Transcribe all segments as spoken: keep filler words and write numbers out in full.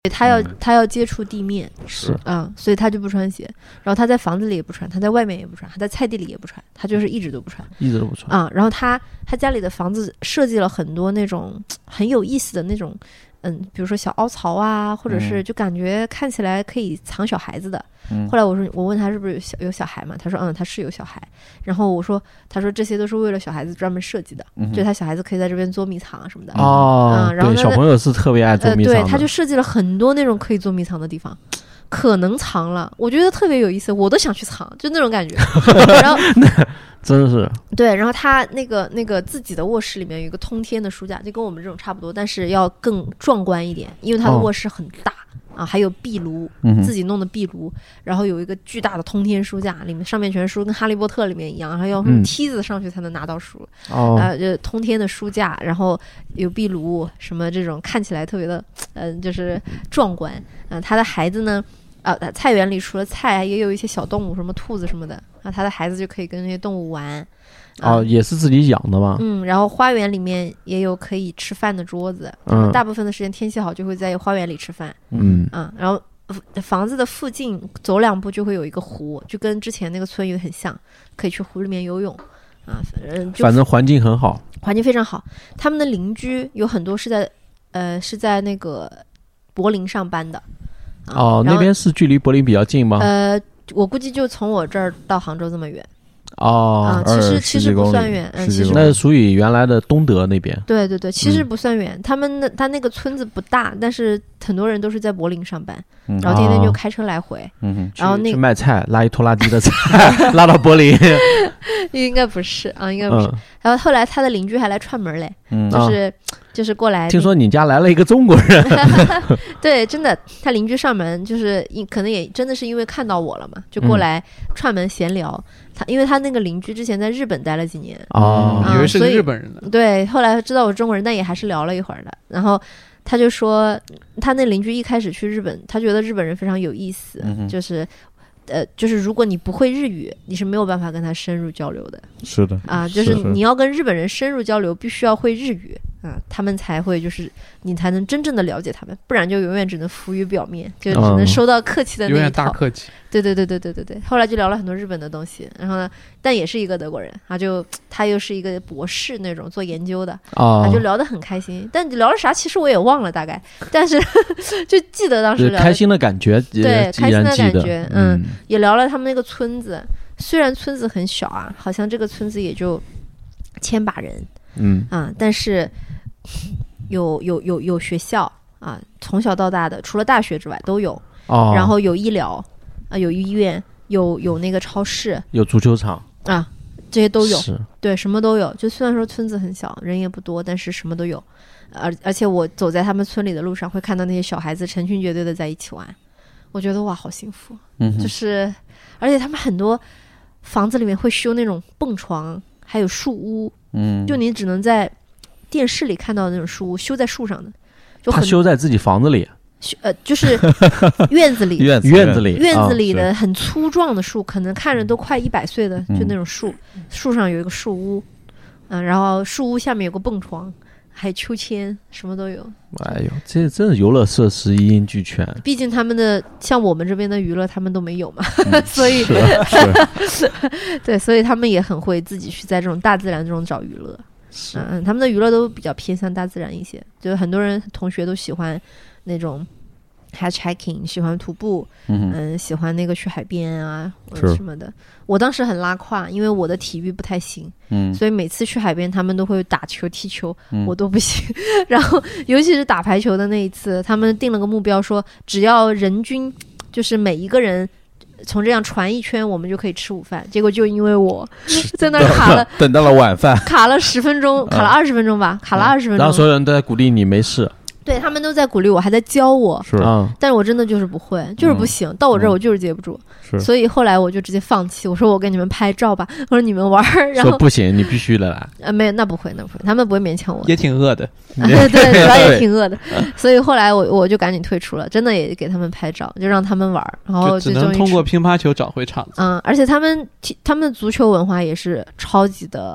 他要、嗯、他要接触地面， 是嗯，所以他就不穿鞋。然后他在房子里也不穿，他在外面也不穿，他在菜地里也不穿，他就是一直都不穿， 一直都不穿啊、嗯。然后他他家里的房子设计了很多那种很有意思的那种，嗯，比如说小凹槽啊，或者是就感觉看起来可以藏小孩子的。嗯、后来我说我问他是不是有小有小孩嘛，他说嗯他是有小孩。然后我说他说这些都是为了小孩子专门设计的，嗯、就他小孩子可以在这边捉迷藏什么的。 哦， 嗯、然后对，小朋友是特别爱捉迷藏的、 呃、对，他就设计了很多那种可以捉迷藏的地方。可能藏了，我觉得特别有意思，我都想去藏，就那种感觉。然后真是对，然后他那个那个自己的卧室里面有一个通天的书架，就跟我们这种差不多，但是要更壮观一点，因为他的卧室很大、哦、啊，还有壁炉、嗯，自己弄的壁炉，然后有一个巨大的通天书架，里面上面全是书，跟哈利波特里面一样，然后要用梯子上去才能拿到书，哦、嗯，呃，就通天的书架，然后有壁炉，什么这种看起来特别的，嗯、呃，就是壮观。嗯、呃，他的孩子呢？啊，菜园里除了菜，也有一些小动物，什么兔子什么的。啊，他的孩子就可以跟那些动物玩。 哦、呃，也是自己养的吗？ 嗯，然后花园里面也有可以吃饭的桌子。嗯，大部分的时间天气好就会在花园里吃饭。嗯啊，然后房子的附近走两步就会有一个湖，就跟之前那个村有很像，可以去湖里面游泳。啊，反正反正环境很好， 环境非常好。他们的邻居有很多是在呃是在那个柏林上班的。 哦，那边是距离柏林比较近吗？ 呃，我估计就从我这儿到杭州这么远。 哦， 啊，其实其实不算远，嗯，其实那属于原来的东德那边。 对对对，其实不算远。嗯、他们那他那个村子不大，但是很多人都是在柏林上班，嗯、然后天天就开车来回。嗯，然后那去卖菜，拉一拖拉机的菜拉到柏林。 应该不是啊，应该不是。嗯、然后后来他的邻居还来串门嘞，嗯、就是、啊、就是过来。 听说你家来了一个中国人。 对，真的，他邻居上门就是可能也真的是因为看到我了嘛，就过来串门闲聊。嗯、他因为他那个邻居之前在日本待了几年， 哦，以为是个日本人呢。 对，后来知道我是中国人，但也还是聊了一会儿的。然后他就说，他那邻居一开始去日本，他觉得日本人非常有意思，嗯、就是。呃，就是如果你不会日语，你是没有办法跟他深入交流的。 是的啊，就是你要跟日本人深入交流，必须要会日语啊，他们才会就是你才能真正的了解他们，不然就永远只能浮于表面，就只能收到客气的那一套。 永远大客气。 对对对对对对对。后来就聊了很多日本的东西，然后呢，但也是一个德国人，他就他又是一个博士那种做研究的啊，就聊得很开心。但聊了啥，其实我也忘了大概，但是就记得当时聊开心的感觉， 对，开心的感觉，嗯。嗯也聊了他们那个村子，虽然村子很小啊，好像这个村子也就千把人，嗯啊，但是有有有有学校啊，从小到大的，除了大学之外都有，哦，然后有医疗啊，有医院，有有那个超市， 有足球场啊，这些都有， 是对，什么都有。就虽然说村子很小，人也不多，但是什么都有。而而且我走在他们村里的路上，会看到那些小孩子成群结队的在一起玩。我觉得哇，好幸福，嗯，就是而且他们很多房子里面会修那种蹦床，还有树屋，嗯，就你只能在电视里看到的那种树屋，修在树上的，就他修在自己房子里， 呃，就是院子里， 院子院子里， 院子里的很粗壮的树，啊、可能看着都快一百岁的，就那种树，嗯、树上有一个树屋，嗯、呃，然后树屋下面有个蹦床。还有秋千，什么都有。 哎呦，这真的游乐设施一应俱全。 毕竟他们的像我们这边的娱乐，他们都没有嘛，嗯、所以是是对，所以他们也很会自己去在这种大自然中找娱乐。嗯，他们的娱乐都比较偏向大自然一些，就是很多人同学都喜欢那种。hitchhiking 喜欢徒步，嗯，嗯，喜欢那个去海边啊什么的。我当时很拉胯，因为我的体育不太行，嗯，所以每次去海边他们都会打球踢球，嗯、我都不行。然后尤其是打排球的那一次，他们定了个目标说，只要人均就是每一个人从这样传一圈，我们就可以吃午饭。结果就因为我在那卡了， 等到了晚饭， 卡了十分钟，卡了二十分钟吧，嗯、卡了二十分钟。 然后所有人都在鼓励你，没事。 对，他们都在鼓励我，还在教我， 是啊， 但是我真的就是不会，就是不行。嗯、到我这儿我就是接不住， 嗯、 所以后来我就直接放弃。我说我给你们拍照吧，我说你们玩，然后说不行，你必须的来。 呃，没有，那不会，那不会，他们不会勉强我。 也挺饿的， 啊、对对，主要也挺饿的，所以后来我我就赶紧退出了，真的也给他们拍照，就让他们玩，然后就只能通过乒乓球找回场子。 嗯，而且他们他们的足球文化也是超级的好。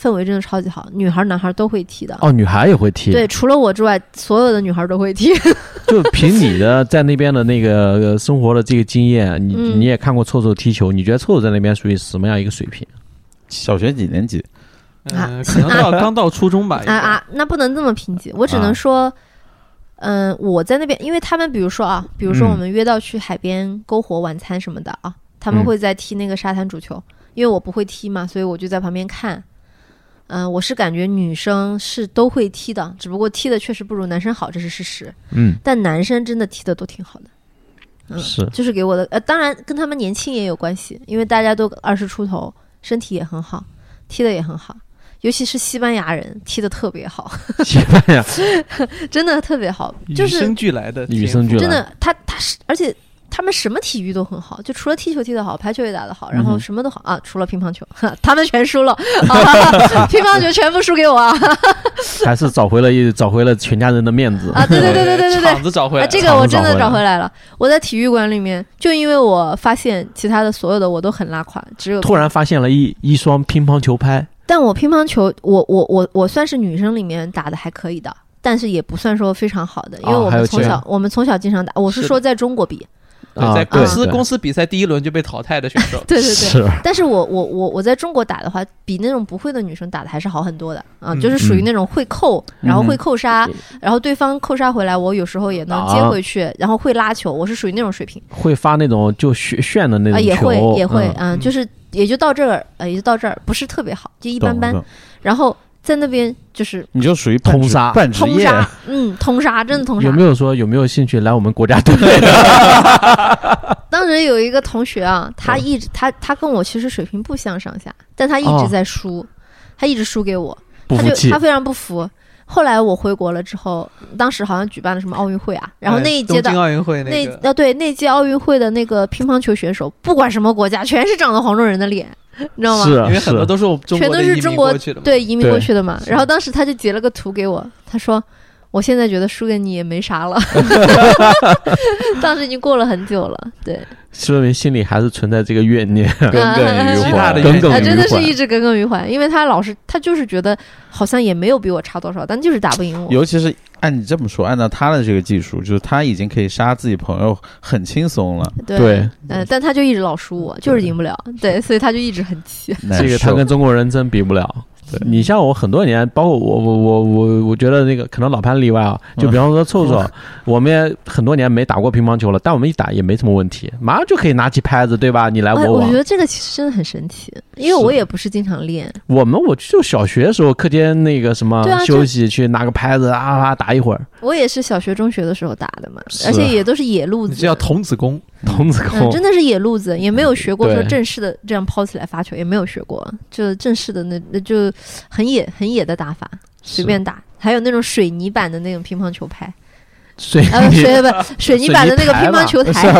氛围真的超级好，女孩男孩都会踢的。 哦，女孩也会踢。 对，除了我之外，所有的女孩都会踢。 就凭你的在那边的那个、呃、生活的这个经验，你、嗯、你也看过臭臭踢球，你觉得臭臭在那边属于什么样一个水平？ 小学几年级？ 嗯，可能到刚到初中吧。 啊啊，那不能这么评级，我只能说，嗯、呃，我在那边，因为他们比如说啊，比如说我们约到去海边篝火晚餐什么的啊，他们会在踢那个沙滩足球，嗯、因为我不会踢嘛，所以我就在旁边看。嗯、呃，我是感觉女生是都会踢的，只不过踢的确实不如男生好，这是事实。 嗯， 但男生真的踢的都挺好的。嗯， 是， 就是给我的呃，当然跟他们年轻也有关系，因为大家都二十出头，身体也很好，踢的也很好。尤其是西班牙人踢得特别好， 西班牙真的特别好，就是与生俱来的， 与生俱来， 真的，他他是，而且他们什么体育都很好，就除了踢球踢得好，排球也打得好，然后什么都好、嗯、啊，除了乒乓球，他们全输了，啊、乒乓球全部输给我啊， 还是找回了一找回了全家人的面子啊！对对对对对对对， 场子找回来、 啊，这个我真的找回来了。我在体育馆里面，就因为我发现其他的所有的我都很拉垮，只有突然发现了一一双乒乓球拍。 但我乒乓球，我我我我算是女生里面打的还可以的，但是也不算说非常好的，因为我们从小、哦、我们从小经常打。我是说在中国比， 对，在公司、啊、公司比赛第一轮就被淘汰的选手。 对对对。是但是我我我我在中国打的话，比那种不会的女生打的还是好很多的啊，嗯、就是属于那种会扣，嗯、然后会扣杀，嗯、然后对方扣杀回来，我有时候也能接回去，啊、然后会拉球，我是属于那种水平。 会发那种就炫的那种球，啊、 也会也会，嗯，嗯就是也就到这儿，呃，也就到这儿，不是特别好，就一般般。然后在那边就是你就属于通杀半职业， 通杀，嗯，通杀，真的通杀。 有没有说有没有兴趣来我们国家队？ 当时有一个同学啊，他一直他他跟我其实水平不相上下，但他一直在输，哦、他一直输给我，他就他非常不服。后来我回国了之后，当时好像举办了什么奥运会啊，然后那一届的、 哎、东京奥运会那个那、啊、对那届奥运会的那个乒乓球选手，不管什么国家，全是长得黄种人的脸。你知道吗？ 是， 因为很多都是我中国的移民过去的嘛， 对，移民过去的嘛。然后当时他就截了个图给我，他说：“我现在觉得输给你也没啥了。”当时已经过了很久了，对。 说明心里还是存在这个怨念， 耿耿于怀的，耿耿于怀， 真的是一直耿耿于怀。因为他老是，他就是觉得好像也没有比我差多少，但就是打不赢我。 尤其是按你这么说，按照他的这个技术，就是他已经可以杀自己朋友，很轻松了。 对， 对呃，但他就一直老输我，就是赢不了。对，所以他就一直很气。 这个他跟中国人真比不了。你像我很多年，包括我我我我我觉得那个可能老潘例外啊，就比方说臭臭，嗯、我们也很多年没打过乒乓球了，但我们一打也没什么问题，马上就可以拿起拍子，对吧？你来我往。 我觉得这个其实真的很神奇，因为我也不是经常练。 我们我就小学的时候课间那个什么休息去拿个拍子啊啊打一会儿。 我也是小学中学的时候打的嘛，而且也都是野路子。 这叫童子功。 童子功、 嗯、真的是野路子，也没有学过说正式的这样抛起来发球，也没有学过，就正式的那那就很野很野的打法，随便打。还有那种水泥版的那种乒乓球拍， 水啊不水不水泥版的那个乒乓球台，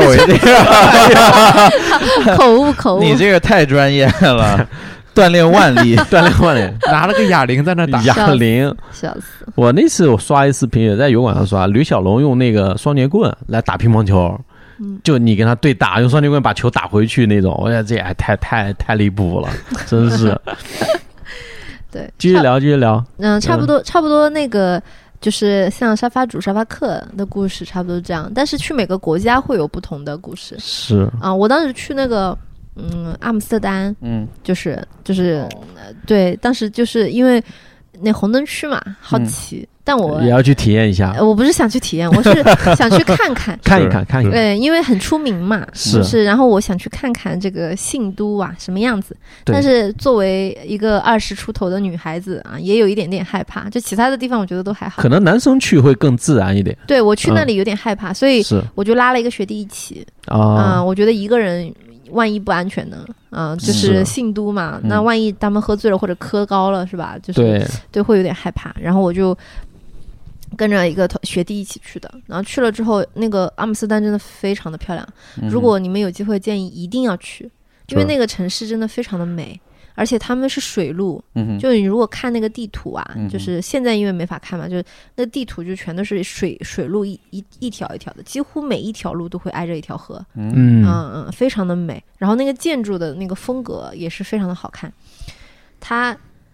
口误口误， 你这个太专业了。锻炼万力， 锻炼万力， 拿了个哑铃在那打。 哑铃， 笑死！ 我那次我刷一视频，也在油管上刷，吕小龙用那个双节棍来打乒乓球，嗯、就你跟他对打，用双节棍把球打回去那种，我觉得这也太太太离谱了，真是。 对， 继续聊，继续聊。 嗯，差不多，嗯、差不多那个。就是像沙发主、沙发客的故事，差不多这样。但是去每个国家会有不同的故事。 是啊，我当时去那个嗯阿姆斯特丹，嗯，就是就是、呃、对，当时就是因为那红灯区嘛，好奇。嗯，但我也要去体验一下。 我不是想去体验，我是想去看看， 看一看，看一看。 对，因为很出名嘛， 是。 就是然后我想去看看这个信都啊什么样子。但是作为一个二十出头的女孩子啊，也有一点点害怕。就其他的地方我觉得都还好。 可能男生去会更自然一点。 对，我去那里有点害怕，嗯、所以我就拉了一个学弟一起。啊、 哦呃，我觉得一个人。万一不安全呢？啊、呃，就是信都嘛， 嗯、 那万一他们喝醉了或者磕高了，是吧？就是对对，会有点害怕。然后我就跟着一个学弟一起去的，然后去了之后，那个阿姆斯特丹真的非常的漂亮。嗯、如果你们有机会，建议一定要去，因为那个城市真的非常的美。而且他们是水路，嗯、就你如果看那个地图啊，嗯、就是现在因为没法看嘛，就是那地图就全都是水水路一一一条一条的，几乎每一条路都会挨着一条河， 嗯嗯嗯，非常的美。然后那个建筑的那个风格也是非常的好看。它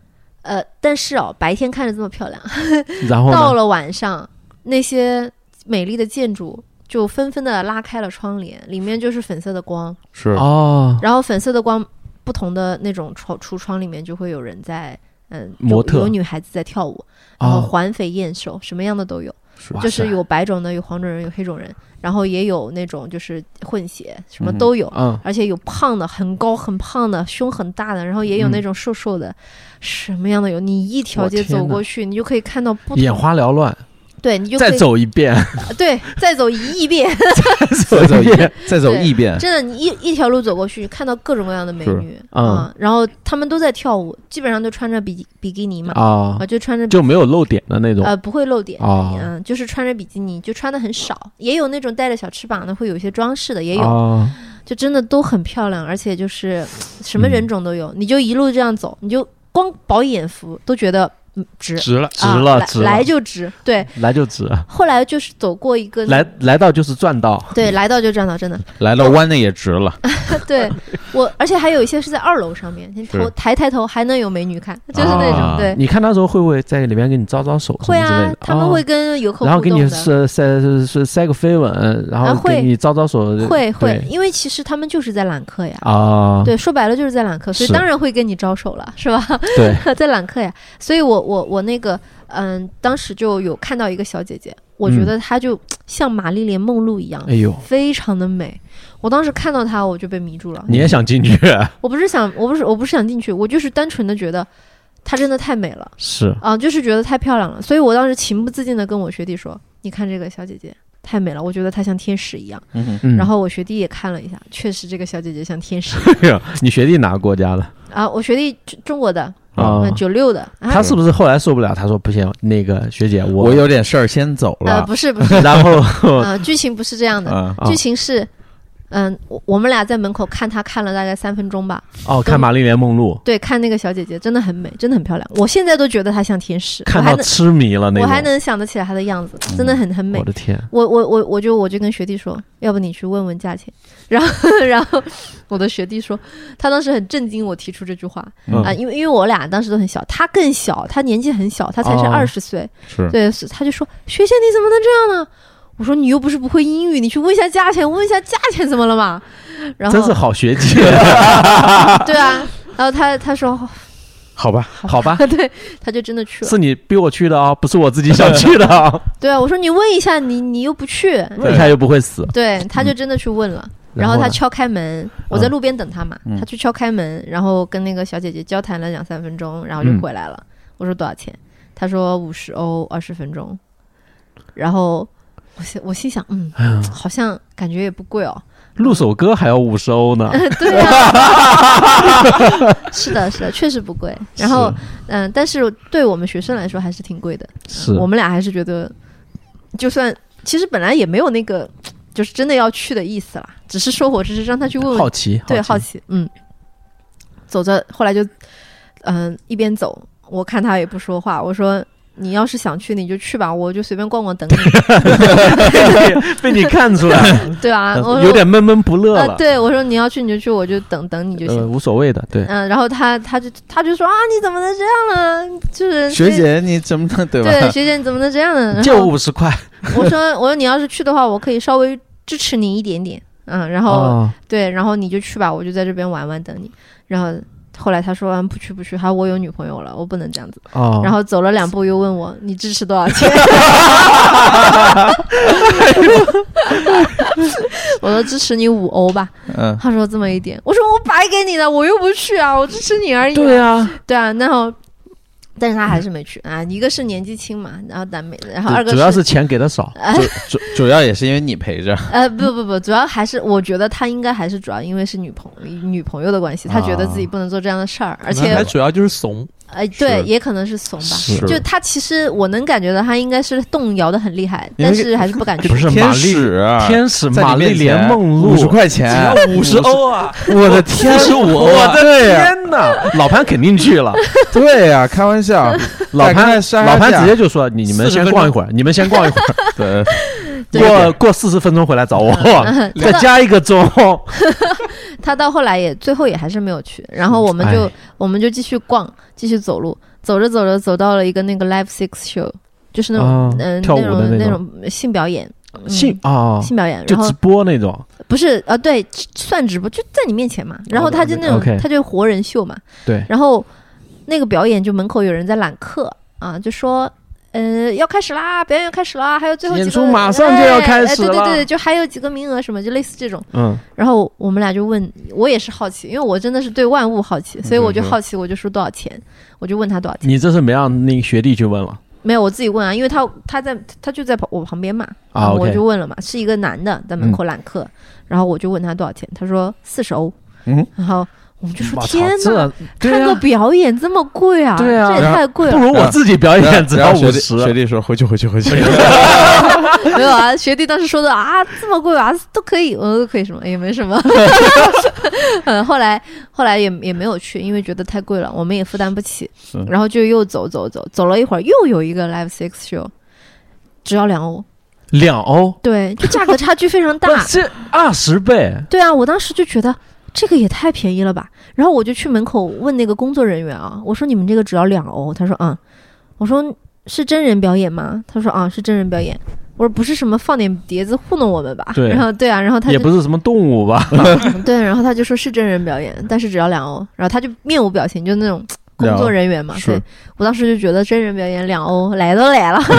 呃，但是哦，白天看着这么漂亮， 然后到了晚上，那些美丽的建筑就纷纷的拉开了窗帘，里面就是粉色的光， 是哦， 然后粉色的光，不同的那种橱橱窗里面就会有人在，嗯， 模特有有女孩子在跳舞，然后环肥燕瘦，什么样的都有，就是有白种的，有黄种人，有黑种人，然后也有那种就是混血，什么都有， 嗯， 而且有胖的，很高很胖的，胸很大的，然后也有那种瘦瘦的，嗯、什么样的有。你一条街走过去，你就可以看到不同， 眼花缭乱。 对，你就再走一遍， 对，再走一亿遍， 再走一遍，再走一遍， 真的，你一一条路走过去，看到各种各样的美女， 嗯、 嗯，然后他们都在跳舞，基本上都穿着比比基尼嘛， 啊， 就穿着就没有露点的那种， 呃，不会露点， 啊、 嗯，就是穿着比基尼，就穿的很少，也有那种带着小翅膀的，会有一些装饰的，也有， 啊、 就真的都很漂亮，而且就是什么人种都有，嗯、你就一路这样走，你就光饱眼福都觉得。值值了， 值了， 啊、 值了， 来就值，对， 来就值。 后来就是走过一个， 来来到就是赚到， 对，来到就赚到，真的， 来到弯的也值了。 对我，而且还有一些是在二楼上面，你头抬抬头还能有美女看，就是那种， 啊、 对。 你看那时候会不会在里面给你招招手？ 会啊，他们会跟游客互动的， 然后给你塞塞塞塞个飞吻，然后给你招招手， 会会，因为其实他们就是在揽客呀， 啊， 对，说白了就是在揽客，所以当然会跟你招手了，是吧？ 对， 在揽客呀，所以我我我那个。嗯，当时就有看到一个小姐姐，我觉得她就像玛丽莲梦露一样， 哎呦， 非常的美。我当时看到她，我就被迷住了。 你也想进去？ 我不是想，我不是，我不是想进去，我就是单纯的觉得她真的太美了。 是啊，就是觉得太漂亮了，所以我当时情不自禁的跟我学弟说：“你看这个小姐姐太美了，我觉得她像天使一样。 嗯” 然后我学弟也看了一下，确实这个小姐姐像天使。 你学弟哪个国家的？ 啊，我学弟中国的。 啊、 嗯，九六的，啊、 他是不是后来受不了？他说不行，那个学姐，我我有点事儿，先走了。 呃，不是不是， 然后啊、呃，剧情不是这样的， 啊、 剧情是，嗯，我我们俩在门口看他看了大概三分钟吧。 哦，看玛丽莲梦露。 对，看那个小姐姐真的很美，真的很漂亮。我现在都觉得她像天使， 看到痴迷了那种。 我还能想得起来她的样子，真的很很美。 我的天！ 我我我我就我就跟学弟说，要不你去问问价钱。然后然后我的学弟说，他当时很震惊我提出这句话啊、 嗯呃，因为因为我俩当时都很小，他更小，他年纪很小，他才是二十岁。 是。 对，他就说学姐你怎么能这样呢？我说你又不是不会英语，你去问一下价钱，问一下价钱怎么了嘛？然后真是好学姐。 对啊，然后他他说好吧好吧， 对，他就真的去了。 是你逼我去的啊、哦，不是我自己想去的啊、哦。 对啊，我说你问一下，你你又不去， 问一下又不会死。 对，他就真的去问了。嗯，然后他敲开门，我在路边等他嘛， 嗯、 他去敲开门，然后跟那个小姐姐交谈了两三分钟，然后就回来了。嗯、我说多少钱？他说五十欧，二十分钟。然后我心我心想，嗯，好像感觉也不贵哦。 录首歌还要五十欧呢。 对啊，是的，是的，确实不贵。然后，嗯、呃，但是对我们学生来说还是挺贵的。 是、 呃，我们俩还是觉得，就算其实本来也没有那个。就是真的要去的意思啦，只是说我只是让他去问问， 好奇， 对，好奇，嗯，走着，后来就，嗯、呃，一边走，我看他也不说话，我说你要是想去你就去吧，我就随便逛逛等你。 被你看出来了， 对啊，我有点闷闷不乐了。 呃、对，我说你要去你就去，我就等等你就行， 呃、无所谓的，对。 嗯、呃，然后他他就他就说啊，你怎么能这样呢？就是学姐你怎么能对吧？ 对，学姐你怎么能这样呢？ 借我五十块。 我说我说你要是去的话，我可以稍微支持你一点点，嗯，然后、哦、对，然后你就去吧，我就在这边玩玩等你。然后后来他说、嗯、不去不去，还我有女朋友了，我不能这样子。哦、然后走了两步又问我你支持多少钱？我说支持你五欧吧。嗯，他说这么一点，我说我白给你的，我又不去啊，我支持你而已、啊。 对啊， 对啊，然后。但是他还是没去啊，一个是年纪轻嘛，然后耽美的，然后二个主要是钱给的少， 呃、 主主主要也是因为你陪着。 呃，不不不，主要还是我觉得他应该还是主要因为是女朋女朋友的关系，他觉得自己不能做这样的事儿，而且还主要就是怂。 呃，对，也可能是怂吧。就他其实我能感觉到他应该是动摇的很厉害，但是还是不敢去。 不是天使， 天使玛丽莲梦露五十块钱， 只要五十欧啊！ 我的天， 是我，我的天哪！老潘肯定去了。 对呀，开玩笑。 老潘老潘直接就说：“你你们先逛一会儿，你们先逛一会儿。”对，过过四十分钟回来找我，再加一个钟。他到后来也最后也还是没有去，然后我们就我们就继续逛，继续走路。 走着走着走到了一个那个 live sex show， 就是那种嗯、 啊呃、 跳舞那种的那种那种性表演。 性啊、哦， 性表演，然后就直播那种， 不是啊，对，算直播，就在你面前嘛。然后他就那种， okay, 他就活人秀嘛。 对。 然后那个表演就门口有人在揽客啊，就说，呃，要开始啦，表演要开始啦，还有最后几个演出马上就要开始了， 哎哎、对对对，就还有几个名额什么，就类似这种。 嗯。 然后我们俩就问，我也是好奇，因为我真的是对万物好奇，所以我就好奇，我就说多少钱，我就问他多少钱。 你这是没让那个学弟去问了？ 没有，我自己问啊，因为他他在他就在我旁边嘛， 啊， 我就问了嘛，是一个男的在门口揽客、嗯，然后我就问他多少钱，他说四十欧，嗯，然后我们就说天哪，看个表演这么贵啊， 对啊， 这也太贵了， 不如我自己表演只要五十。 学弟说回去回去回去， 没有啊，学弟当时说的啊，这么贵啊，都可以，我都可以什么也没什么。嗯，后来后来也也没有去，因为觉得太贵了，我们也负担不起。然后就又走走走走了一会儿，又有一个 live sex show， 只要两欧。 两欧？ 对，就价格差距非常大， 这二十倍。 对啊，我当时就觉得这个也太便宜了吧。然后我就去门口问那个工作人员啊，我说你们这个只要两欧，他说嗯，我说是真人表演吗？他说啊是真人表演。我说不是什么放点碟子糊弄我们吧？ 对， 然后对啊，然后他也不是什么动物吧？ 对，然后他就说是真人表演，但是只要两欧。然后他就面无表情，就那种工作人员嘛。对，我当时就觉得真人表演两欧来都来了，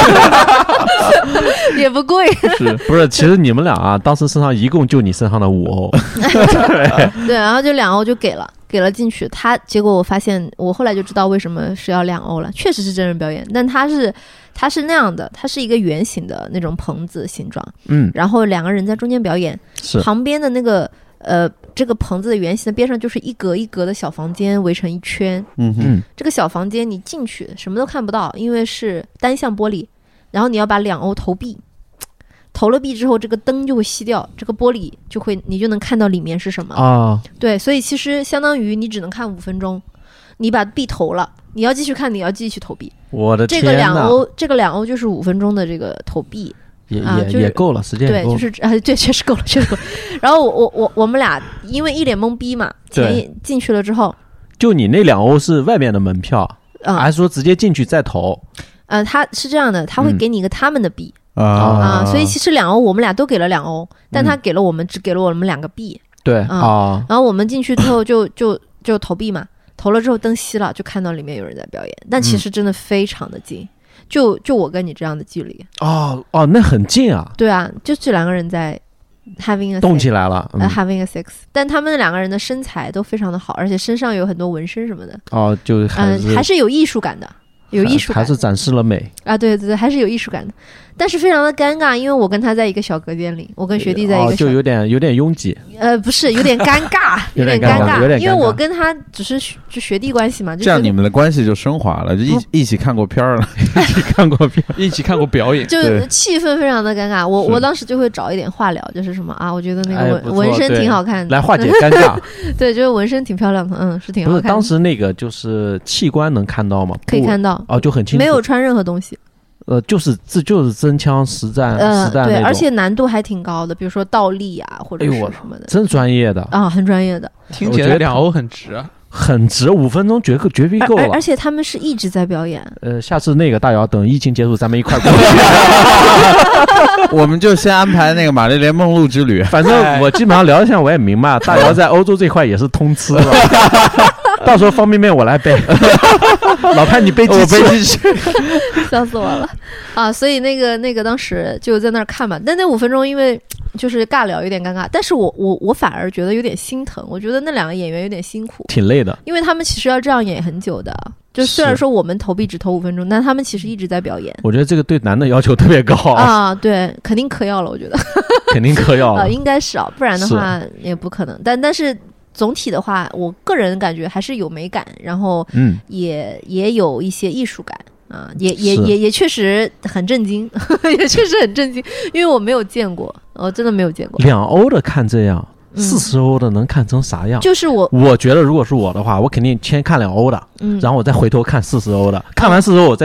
也不贵。 是不是？其实你们俩啊，当时身上一共就你身上的五欧。 对，对，然后就两欧就给了。给了进去，他结果我发现，我后来就知道为什么是要两欧了，确实是真人表演，但他是他是那样的，它是一个圆形的那种棚子形状， 嗯， 然后两个人在中间表演， 是旁边的那个呃这个棚子的圆形的边上就是一格一格的小房间围成一圈， 嗯哼， 这个小房间你进去什么都看不到，因为是单向玻璃，然后你要把两欧投币。投了币之后，这个灯就会熄掉，这个玻璃就会，你就能看到里面是什么啊？ 对，所以其实相当于你只能看五分钟，你把币投了，你要继续看，你要继续投币。 我的天哪！这个两欧，这个两欧就是五分钟的这个投币， 也、 啊、 也、 就是、 也够了，时间也够了。 对，就是啊，对，确实够了，确实够了。然后我我我我们俩因为一脸懵逼嘛，钱进去了之后， 就你那两欧是外面的门票， 嗯、 还是说直接进去再投？ 呃，他是这样的，他会给你一个他们的币。 嗯啊, 啊，所以其实两欧我们俩都给了两欧，但他给了我们、嗯、只给了我们两个币。 对啊、 哦， 然后我们进去之后就就就投币嘛，投了之后灯熄了，就看到里面有人在表演，但其实真的非常的近，嗯、就就我跟你这样的距离。 哦哦，那很近啊。 对啊，就这两个人在 having a 动起来了， 呃、嗯 having a sex， 但他们两个人的身材都非常的好，而且身上有很多纹身什么的。 哦，就还是、 嗯、还是有艺术感的。有艺术感， 还是展示了美啊！对对对，还是有艺术感的，但是非常的尴尬，因为我跟他在一个小隔间里，我跟学弟在一个小， 哦、就有点有点拥挤。 呃，不是，有点尴尬，有点尴尬， 有点尴尬， 因为我跟他只是就学弟关系嘛，就这样你们的关系就升华了，就一、嗯、一起看过片儿了， 一起看过片， 一起看过表演， 就气氛非常的尴尬。我我当时就会找一点话聊，就是什么啊，我觉得那个纹、 哎、 纹身挺好看的， 来化解尴尬。 对，就是纹身挺漂亮的，嗯，是挺好看的。 不是当时那个就是器官能看到吗？ 可以看到， 哦，就很清楚， 没有穿任何东西。 呃，就是这就是真枪实弹， 呃， 实弹对，而且难度还挺高的，比如说倒立啊，或者是什么的， 哎、真专业的啊，很专业的。 听起来两欧很值啊， 很值，五分钟绝绝逼够了。 而, 而且他们是一直在表演。 呃，下次那个大姚等疫情结束，咱们一块过去。 我们就先安排那个玛丽莲梦露之旅。 反正我基本上聊一下，我也明白，大姚在欧洲这块也是通吃了。到时候方便面我来背，老潘你背机器， 我背机器， 笑死我了啊！所以那个那个当时就在那儿看嘛，但那五分钟因为就是尬聊有点尴尬，但是我我我反而觉得有点心疼，我觉得那两个演员有点辛苦， 挺累的， 因为他们其实要这样演很久的。就虽然说我们投币只投五分钟，但他们其实一直在表演。 我觉得这个对男的要求特别高啊，对，肯定嗑药了，我觉得肯定嗑药了、 呃，应该是啊，不然的话也不可能。但但是。总体的话，我个人感觉还是有美感，然后嗯， 也也有一些艺术感啊，也也也也确实很震惊，也确实很震惊，因为我没有见过，我真的没有见过。 两欧的看这样， 嗯、 四十欧的能看成啥样？ 就是我， 我觉得如果是我的话，我肯定先看两欧的， 嗯， 然后我再回头看四十欧的，看完四十欧我再去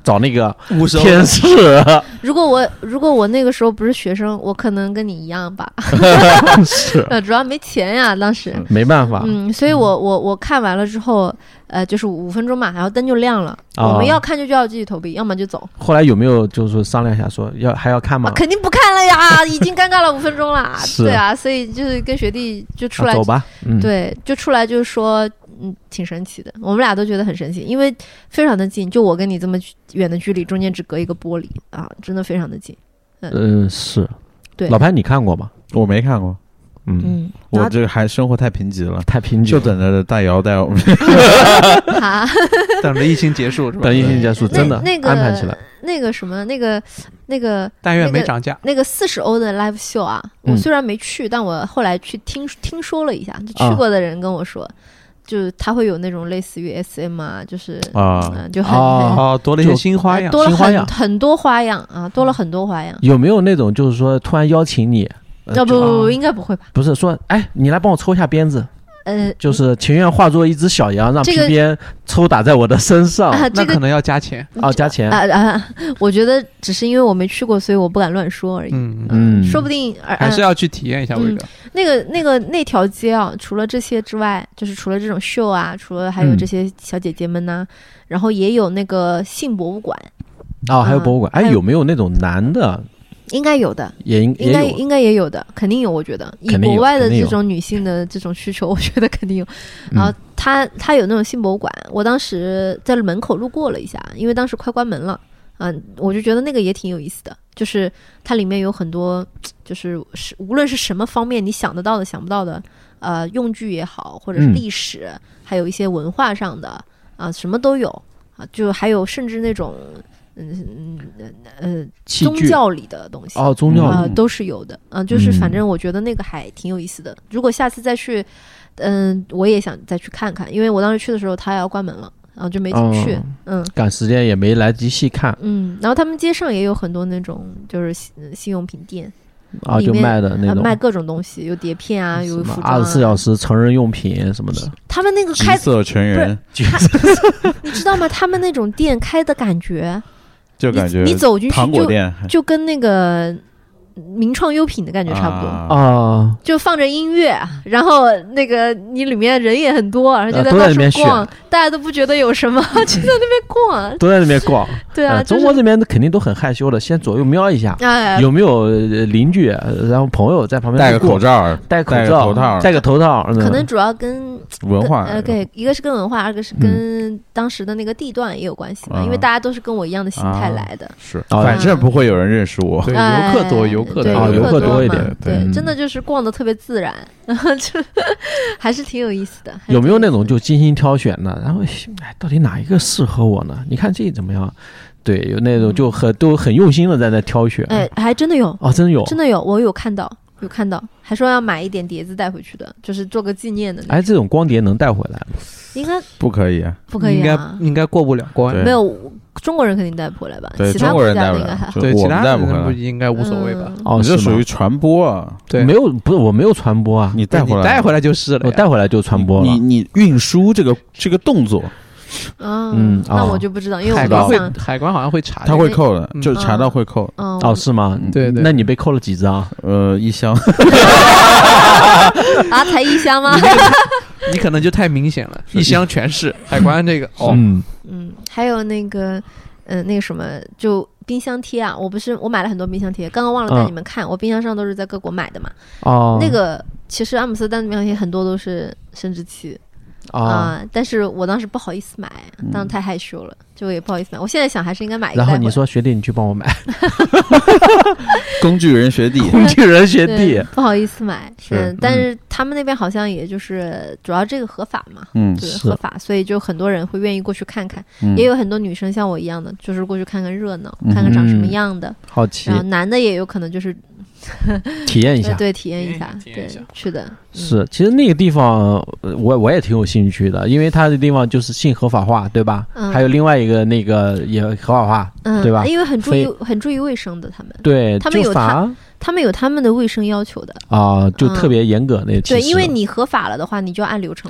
找那个五十天使。 如果我如果我那个时候不是学生，我可能跟你一样吧。 是， 呃，主要没钱呀，当时。 没办法。 嗯，所以我我我看完了之后，呃，就是五分钟嘛，然后灯就亮了。 哦我们要看就就要继续投币，要么就走。 后来有没有就是说商量一下说要还要看吗？ 啊，肯定不看了呀，已经尴尬了五分钟了。 是对啊，所以就是跟学弟就出来， 啊走吧。嗯， 对，就出来就是说，嗯，挺神奇的。我们俩都觉得很神奇，因为非常的近，就我跟你这么远的距离，中间只隔一个玻璃啊，真的非常的近。 嗯，是。 对， 老潘你看过吗？ 我没看过， 嗯， 嗯， 我这个还生活太贫瘠了， 太贫瘠了， 就等着大姚带我们。 啊， 等着疫情结束是吧？ 等疫情结束，真的那个安排起来。 那个什么，那个那个， 但愿没涨价。 那个四十欧的 live show 啊， 嗯我虽然没去，但我后来去听听说了一下，就去过的人跟我说。就他会有那种类似于 S M 啊，就是啊、 嗯，就很、 哦哦，多了一些新花样， 多了很新花样很多花样啊，多了很多花样。 有没有那种就是说突然邀请你？呃要不、 就应该不会吧？ 不是说，哎，你来帮我抽一下鞭子， 呃， 就是情愿化作一只小羊，让这个皮鞭抽打在我的身上。 啊，这个那可能要加钱。 哦，加钱。 啊啊！我觉得只是因为我没去过，所以我不敢乱说而已。 嗯， 嗯， 说不定呃还是要去体验一下味道。 那个那个那条街啊，除了这些之外，就是除了这种秀啊，除了还有这些小姐姐们呢、啊，然后也有那个性博物馆。 哦，还有博物馆。哎， 有有没有那种男的？ 应该有的， 也应应该也有应该也有的，肯定有。我觉得以肯定有国外的肯定有这种女性的这种需求，我觉得肯定有。 嗯然后他他有那种性博物馆，我当时在门口路过了一下，因为当时快关门了。嗯，我就觉得那个也挺有意思的，就是它里面有很多，就是是无论是什么方面你想得到的、想不到的，呃，用具也好，或者是历史，嗯、还有一些文化上的啊、呃，什么都有啊，就还有甚至那种嗯嗯呃宗教里的东西哦，宗教啊、呃、都是有的啊、呃，就是反正我觉得那个还挺有意思的。嗯、如果下次再去，嗯、呃，我也想再去看看，因为我当时去的时候它要关门了。然后就没进去，嗯， 嗯赶时间也没来及细看， 嗯，然后他们街上也有很多那种就是性用品店， 啊，就卖的那种、 呃，卖各种东西，有碟片啊，有服装、啊， 二十四小时成人用品什么的。 他们那个开色全员， 你知道吗？他们那种店开的感觉， 就感觉你, 你走进去糖果店就就跟那个。名创优品的感觉差不多啊， 就放着音乐，然后那个你里面人也很多，然后就在那里面逛，大家都不觉得有什么，就在那边逛， 都在那边逛。 对啊， 中国这边肯定都很害羞的，先左右瞄一下， 哎， 有没有邻居，然后朋友在旁边戴个口罩， 戴口罩， 头套， 戴个头套， 可能主要跟文化， 呃，对，一个是跟文化，二个是跟当时的那个地段也有关系嘛，因为大家都是跟我一样的心态来的， 是，反正不会有人认识我， 对，游客多，游客多， 游客多一点， 对，真的就是逛的特别自然，然后就还是挺有意思的。 有没有那种就精心挑选的，然后哎，到底哪一个适合我呢？你看这怎么样？对，有那种就很都很用心的在那挑选。 哎，还真的有哦，真的有， 真的有，我有看到，有看到，还说要买一点碟子带回去的，就是做个纪念的。 哎，这种光碟能带回来吗？ 应该不可以啊， 不可以啊，应该应该过不了关。 没有。中国人肯定带不回来吧？ 对， 其他国人带不应该还好。 对，其他带不回来， 应该无所谓吧？ 哦， 这属于传播啊。 对， 没有，不是我没有传播啊， 你带回来， 带回来就是了。 我带回来就传播了。 你你运输这个这个动作， 嗯，那我就不知道，因为海关会海关好像会查， 他会扣的，就是查到会扣。 哦，是吗？ 对对。 那你被扣了几张？ 呃，一箱。 啊，才一箱吗？ 你可能就太明显了，一箱全是海关这个。哦， 嗯嗯，还有那个，嗯、呃，那个什么，就冰箱贴啊，我不是我买了很多冰箱贴，刚刚忘了带你们看，嗯、我冰箱上都是在各国买的嘛。 哦， 那个其实阿姆斯特丹的冰箱贴很多都是生殖器。啊、 哦呃！但是我当时不好意思买，当时太害羞了，就也不好意思买。我现在想还是应该买一个。 然后你说学弟，你去帮我买。 工具人学弟， 工具人学弟， 不好意思买。 是嗯，但是他们那边好像也就是主要这个合法嘛， 嗯， 对，合法，所以就很多人会愿意过去看看， 嗯、 也有很多女生像我一样的，就是过去看看热闹，嗯、看看长什么样的， 好奇。 然后男的也有可能就是。 体验一下， 对，体验一下， 体验一下对，是的，嗯、 是。其实那个地方，我我也挺有兴趣的，因为它的地方就是性合法化，对吧？ 嗯、 还有另外一个那个也合法化， 嗯、 对吧？ 因为很注意，很注意卫生的，他们。 对， 他们有他，他们有他们的卫生要求的啊，就特别严格那。 对，因为你合法了的话，你就要按流程来。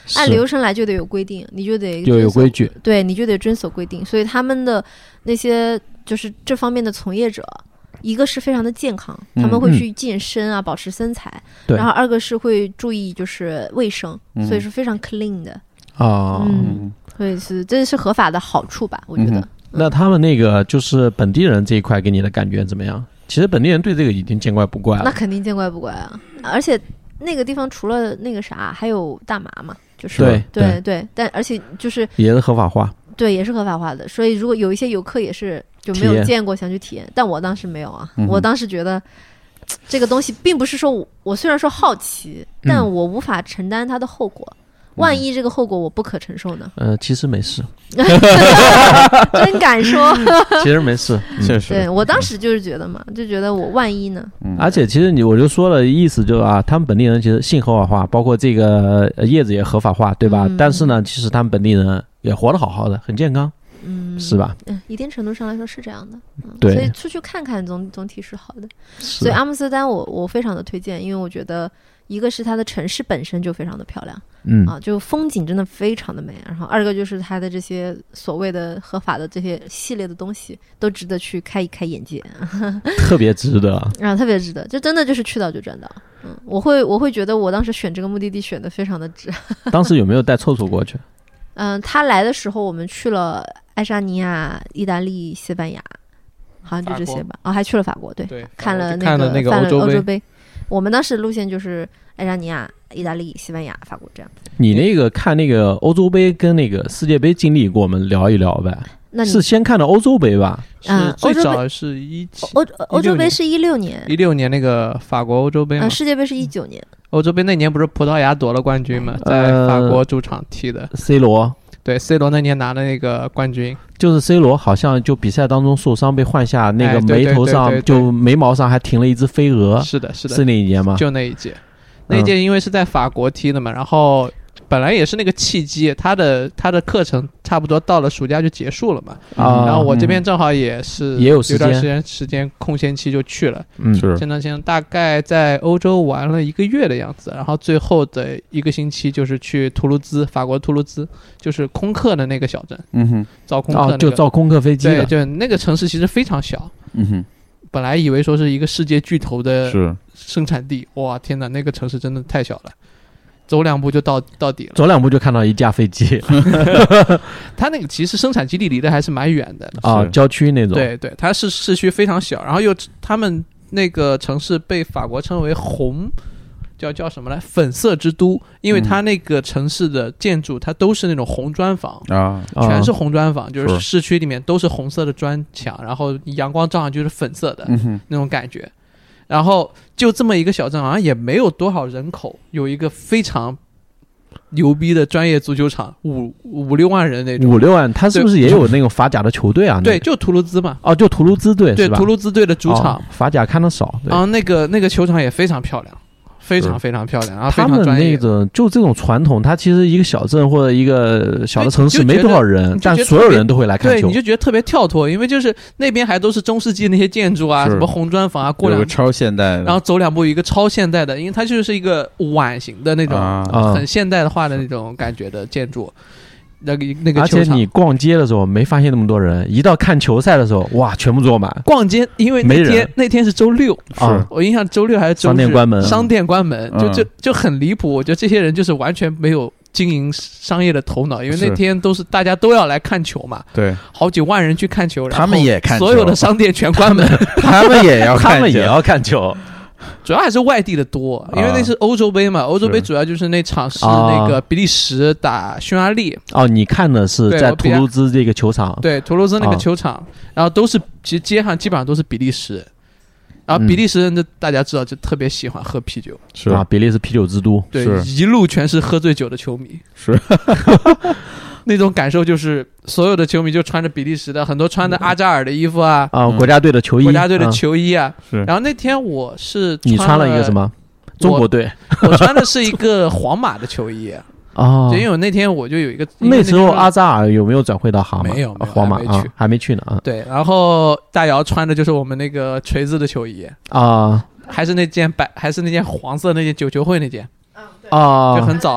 按流程来就得有规定，你就得就有规矩， 对，你就得遵守规定。所以他们的那些就是这方面的从业者，一个是非常的健康，他们会去健身啊，嗯、保持身材，然后二个是会注意就是卫生，嗯、所以是非常 clean 的啊。 嗯，所以是这是合法的好处吧，我觉得。嗯、 那他们那个就是本地人这一块给你的感觉怎么样？其实本地人对这个已经见怪不怪了。 那肯定见怪不怪啊！而且那个地方除了那个啥，还有大麻嘛，就是对对 对, 对，但而且就是也是合法化， 对，也是合法化的。所以如果有一些游客也是就没有见过，想去体验，但我当时没有啊。嗯、我当时觉得这个东西并不是说我我虽然说好奇，但我无法承担它的后果。嗯万一这个后果我不可承受呢？ 呃，其实没事， 真敢说。 其实没事， 确实。 对我当时就是觉得嘛，就觉得我万一呢？ 嗯、而且其实你我就说了，意思就是啊，他们本地人其实性合法化，包括这个叶子也合法化，对吧？嗯、但是呢，其实他们本地人也活得好好的，很健康，嗯，是吧？ 嗯，一定程度上来说是这样的。嗯、 对， 所以出去看看总总体是好的。所以阿姆斯特丹我我非常的推荐，因为我觉得。一个是它的城市本身就非常的漂亮，嗯啊，就风景真的非常的美。然后二个就是它的这些所谓的合法的这些系列的东西，都值得去开一开眼界， 特别值得啊，特别值得，就真的就是去到就赚到。嗯，我会我会觉得我当时选这个目的地选的非常的值。 当时有没有带臭臭过去？ 嗯，他来的时候我们去了爱沙尼亚、意大利、西班牙，好像就这些吧。啊、哦，还去了法国，对， 对看了那个看了那个欧洲洲杯。我们当时路线就是爱沙尼亚、意大利、西班牙、法国这样。 你那个看那个欧洲杯跟那个世界杯经历，给我们聊一聊呗。那是先看的欧洲杯吧？ 是最早是一欧欧洲杯是一六年， 一六年那个法国欧洲杯嘛、 呃。世界杯是一九年。 欧洲杯那年不是葡萄牙夺了冠军吗？在法国主场踢的。 呃、C 罗。 对 ，C 罗那年拿的那个冠军， 就是 C 罗好像就比赛当中受伤被换下，那个眉头上就眉毛上还停了一只飞蛾。 是的，是的， 是那一届吗？ 就那一届，那一届因为是在法国踢的嘛，然后本来也是那个契机，他的他的课程差不多到了暑假就结束了嘛，啊、然后我这边正好也是也有有段时间时间空闲期就去了， 嗯，是这段时间大概在欧洲玩了一个月的样子，然后最后的一个星期就是去图卢兹，法国图卢兹，就是空客的那个小镇， 嗯哼， 造空客、那个哦、就造空客飞机的， 对，就那个城市其实非常小， 嗯哼， 本来以为说是一个世界巨头的生产地，哇，天哪，那个城市真的太小了。走两步就到到底了， 走两步就看到一架飞机。 它那个其实生产基地离得还是蛮远的啊，郊区那种。 对对，它是市区非常小，然后又他们那个城市被法国称为红，叫叫什么来？粉色之都，因为它那个城市的建筑它都是那种红砖房啊， 全是红砖房，就是市区里面都是红色的砖墙，然后阳光照上去是粉色的、嗯、那种感觉。然后就这么一个小镇，好像也没有多少人口，有一个非常牛逼的专业足球场，五五六万人那种。 五六万，他是不是也有那种法甲的球队啊？ 对，就图卢兹嘛。 哦，就图卢兹队， 对，图卢兹队的主场。 哦、法甲看得少。 然后那个那个球场也非常漂亮。非常非常漂亮，然后非常专业。他们那种就这种传统，它其实一个小镇或者一个小的城市没多少人，但所有人都会来看球。 对，你就觉得特别跳脱，因为就是那边还都是中世纪那些建筑啊，什么红砖房啊，过两有个超现代的， 然后走两步一个超现代的，因为它就是一个碗形的那种、啊、很现代化的那种感觉的建筑。那个那个， 而且你逛街的时候没发现那么多人，一到看球赛的时候，哇，全部坐满。 逛街，因为那天那天是周六啊，我印象周六还是周日， 商店关门， 商店关门，就就就很离谱。我觉得这些人就是完全没有经营商业的头脑，因为那天都是大家都要来看球嘛， 对， 好几万人去看球， 他们也看球， 所有的商店全关门， 他们也要看， 他们也要看球。 主要还是外地的多，因为那是欧洲杯嘛，欧洲杯主要就是那场是那个比利时打匈牙利。 哦，你看的是在图卢兹这个球场？ 对，图卢兹那个球场，哦、然后都是其实街上基本上都是比利时，然后比利时人的大家知道就特别喜欢喝啤酒， 是啊，比利时啤酒之都， 对，一路全是喝醉酒的球迷， 是。 那种感受就是所有的球迷就穿着比利时的，很多穿的阿扎尔的衣服啊， 啊、嗯，国家队的球衣， 国家队的球衣啊。 嗯、 然后那天我是你穿了一个什么？中国队。 我, 我穿的是一个皇马的球衣啊。 哦， 因为我那天我就有一个， 那时候阿扎尔有没有转会到皇马？ 没有， 皇马还没去、 啊，还没去呢啊。 对，然后大姚穿的就是我们那个锤子的球衣啊， 还是那件白，还是那件黄色那件九球会那件啊， 就很早了。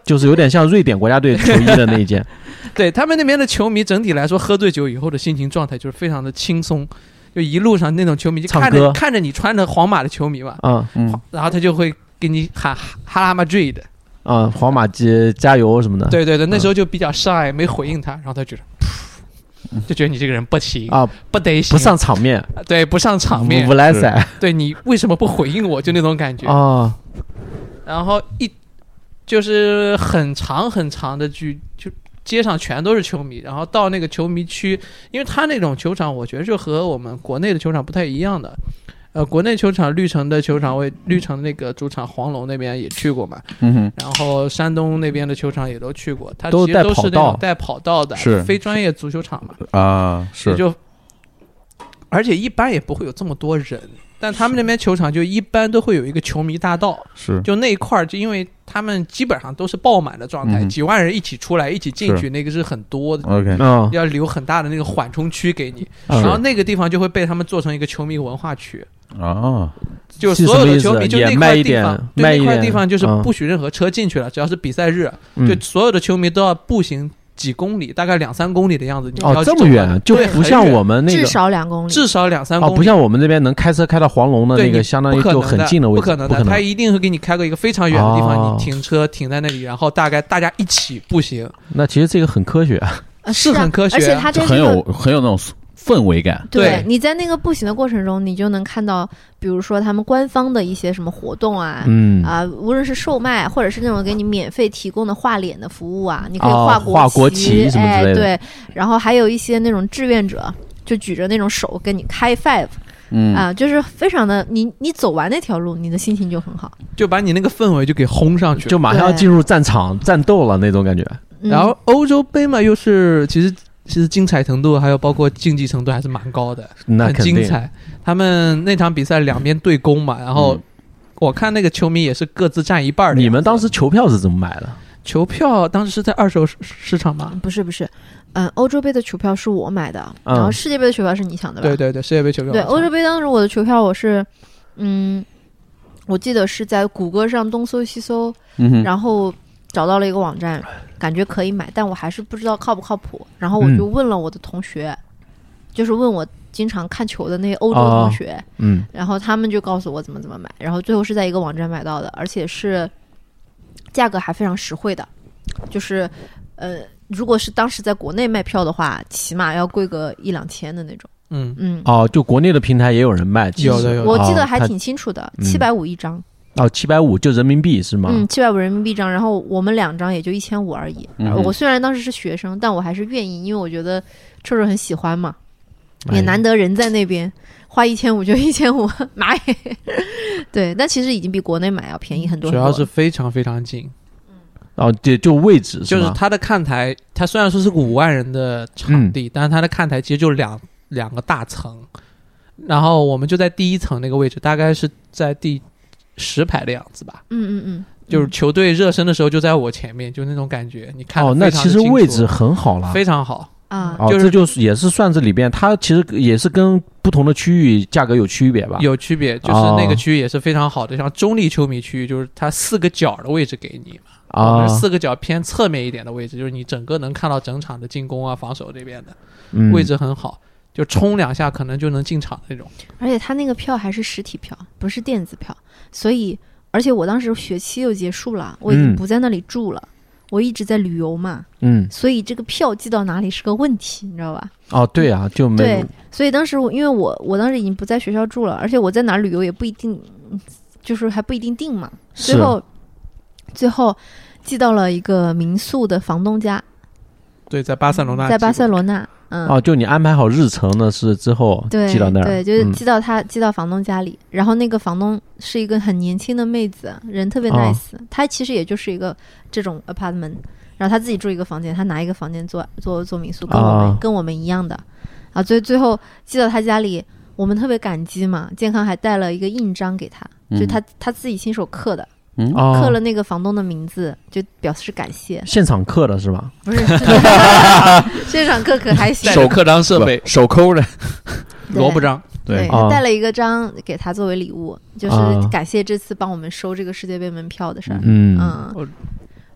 就是有点像瑞典国家队球衣的那一件。 对他们那边的球迷整体来说，喝醉酒以后的心情状态就是非常的轻松，就一路上那种球迷就看着看着你穿着皇马的球迷嘛， 嗯嗯，然后他就会给你喊哈拉马追的， 嗯，皇马加加油什么的。 对对对，那时候就比较shy，没回应他，然后他觉得。就觉得你这个人不行啊， 不得行， 不上场面， 对，不上场面， 不来塞， 对你为什么不回应我？就那种感觉啊。 然后一就是很长很长的剧，就街上全都是球迷，然后到那个球迷区，因为他那种球场，我觉得就和我们国内的球场不太一样的。呃，国内球场绿城的球场，我绿城那个主场黄龙那边也去过嘛， 嗯哼， 然后山东那边的球场也都去过，它其实都是那种带跑道的， 是非专业足球场嘛， 啊，是， 就而且一般也不会有这么多人，但他们那边球场就一般都会有一个球迷大道， 是， 就那一块儿，就因为他们基本上都是爆满的状态，嗯、几万人一起出来一起进去，那个是很多的 ，OK， 要留很大的那个缓冲区给你，然后那个地方就会被他们做成一个球迷文化区。 哦， 就所有的球迷就那块地方， 对那块地方就是不许任何车进去了，只要是比赛日，就所有的球迷都要步行几公里，大概两三公里的样子。 哦，这么远，就不像我们那个至少两公里， 至少两三公里。 哦，不像我们这边能开车开到黄龙的那个，相当于就很近的位置。 不可能的，他一定会给你开个一个非常远的地方，你停车停在那里，然后大概大家一起步行。 那其实这个很科学啊， 是很科学， 而且它很有很有那种氛围感。 对，对你在那个步行的过程中，你就能看到，比如说他们官方的一些什么活动啊， 嗯啊、呃，无论是售卖或者是那种给你免费提供的画脸的服务啊，你可以画国旗， 哦、画国旗什么之类的。 哎，对，然后还有一些那种志愿者，就举着那种手跟你开 five。 嗯啊、呃，就是非常的，你你走完那条路，你的心情就很好， 就把你那个氛围就给轰上去了， 就马上要进入战场战斗了那种感觉。 然后欧洲杯嘛，又是其实。其实精彩程度还有包括竞技程度还是蛮高的，很精彩。他们那场比赛两边对攻嘛，然后我看那个球迷也是各自占一半的。 你们当时球票是怎么买的？ 球票当时是在二手市场吗？ 不是不是，嗯，欧洲杯的球票是我买的， 嗯、 然后世界杯的球票是你抢的吧？ 对对对，世界杯球票。 对，欧洲杯当时我的球票我是，嗯，我记得是在谷歌上东搜西搜， 嗯、 然后找到了一个网站。感觉可以买，但我还是不知道靠不靠谱。然后我就问了我的同学，嗯、就是问我经常看球的那些欧洲同学， 哦、嗯， 然后他们就告诉我怎么怎么买。然后最后是在一个网站买到的，而且是价格还非常实惠的，就是呃，如果是当时在国内卖票的话，起码要贵个一两千的那种。 嗯嗯， 哦，就国内的平台也有人卖， 有的有的， 我记得还挺清楚的，七百五一张。 哦，七百五就人民币是吗？ 嗯，七百五人民币张，然后我们两张也就一千五而已。嗯、我虽然当时是学生，但我还是愿意，因为我觉得臭臭很喜欢嘛，也难得人在那边，花一千五就一千五买。对，但其实已经比国内买要便宜很多很多。 主要是非常非常近。 哦，对，就位置是就是它的看台，它虽然说是个五万人的场地，嗯、但是它的看台其实就两两个大层，然后我们就在第一层那个位置，大概是在第。十排的样子吧， 嗯嗯嗯， 就是球队热身的时候就在我前面，就那种感觉，你看哦，那其实位置很好了， 非常好啊， 哦， 就是这就是也是算这里边，它其实也是跟不同的区域价格有区别吧？ 有区别，就是那个区域也是非常好的，哦、像中立球迷区域，就是它四个角的位置给你嘛，啊，四个角偏侧面一点的位置，就是你整个能看到整场的进攻啊、防守这边的、嗯、位置很好。就冲两下可能就能进场那种， 而且他那个票还是实体票，不是电子票，所以而且我当时学期又结束了，我已经不在那里住了，嗯、我一直在旅游嘛， 嗯， 所以这个票寄到哪里是个问题，你知道吧？ 哦，对啊，就没对，所以当时我因为我我当时已经不在学校住了，而且我在哪旅游也不一定，就是还不一定定嘛，最后最后寄到了一个民宿的房东家， 对，在巴塞罗那， 在巴塞罗那。嗯、 哦，就你安排好日程的是之后寄到那儿， 对，就是寄到他、嗯、寄到房东家里，然后那个房东是一个很年轻的妹子，人特别 nice，、哦、她其实也就是一个这种 apartment， 然后她自己住一个房间，她拿一个房间做做做民宿，跟我们、哦、跟我们一样的，啊，所以最后寄到她家里，我们特别感激嘛，健康还带了一个印章给她，嗯、就她她自己亲手刻的。 嗯， 刻了那个房东的名字，就表示感谢。 现场刻的是吧？ 不是，现场刻可还行。 手刻章设备， 手抠的萝卜章。 对，他带了一个章给他作为礼物，就是感谢这次帮我们收这个世界杯门票的事儿。 嗯嗯，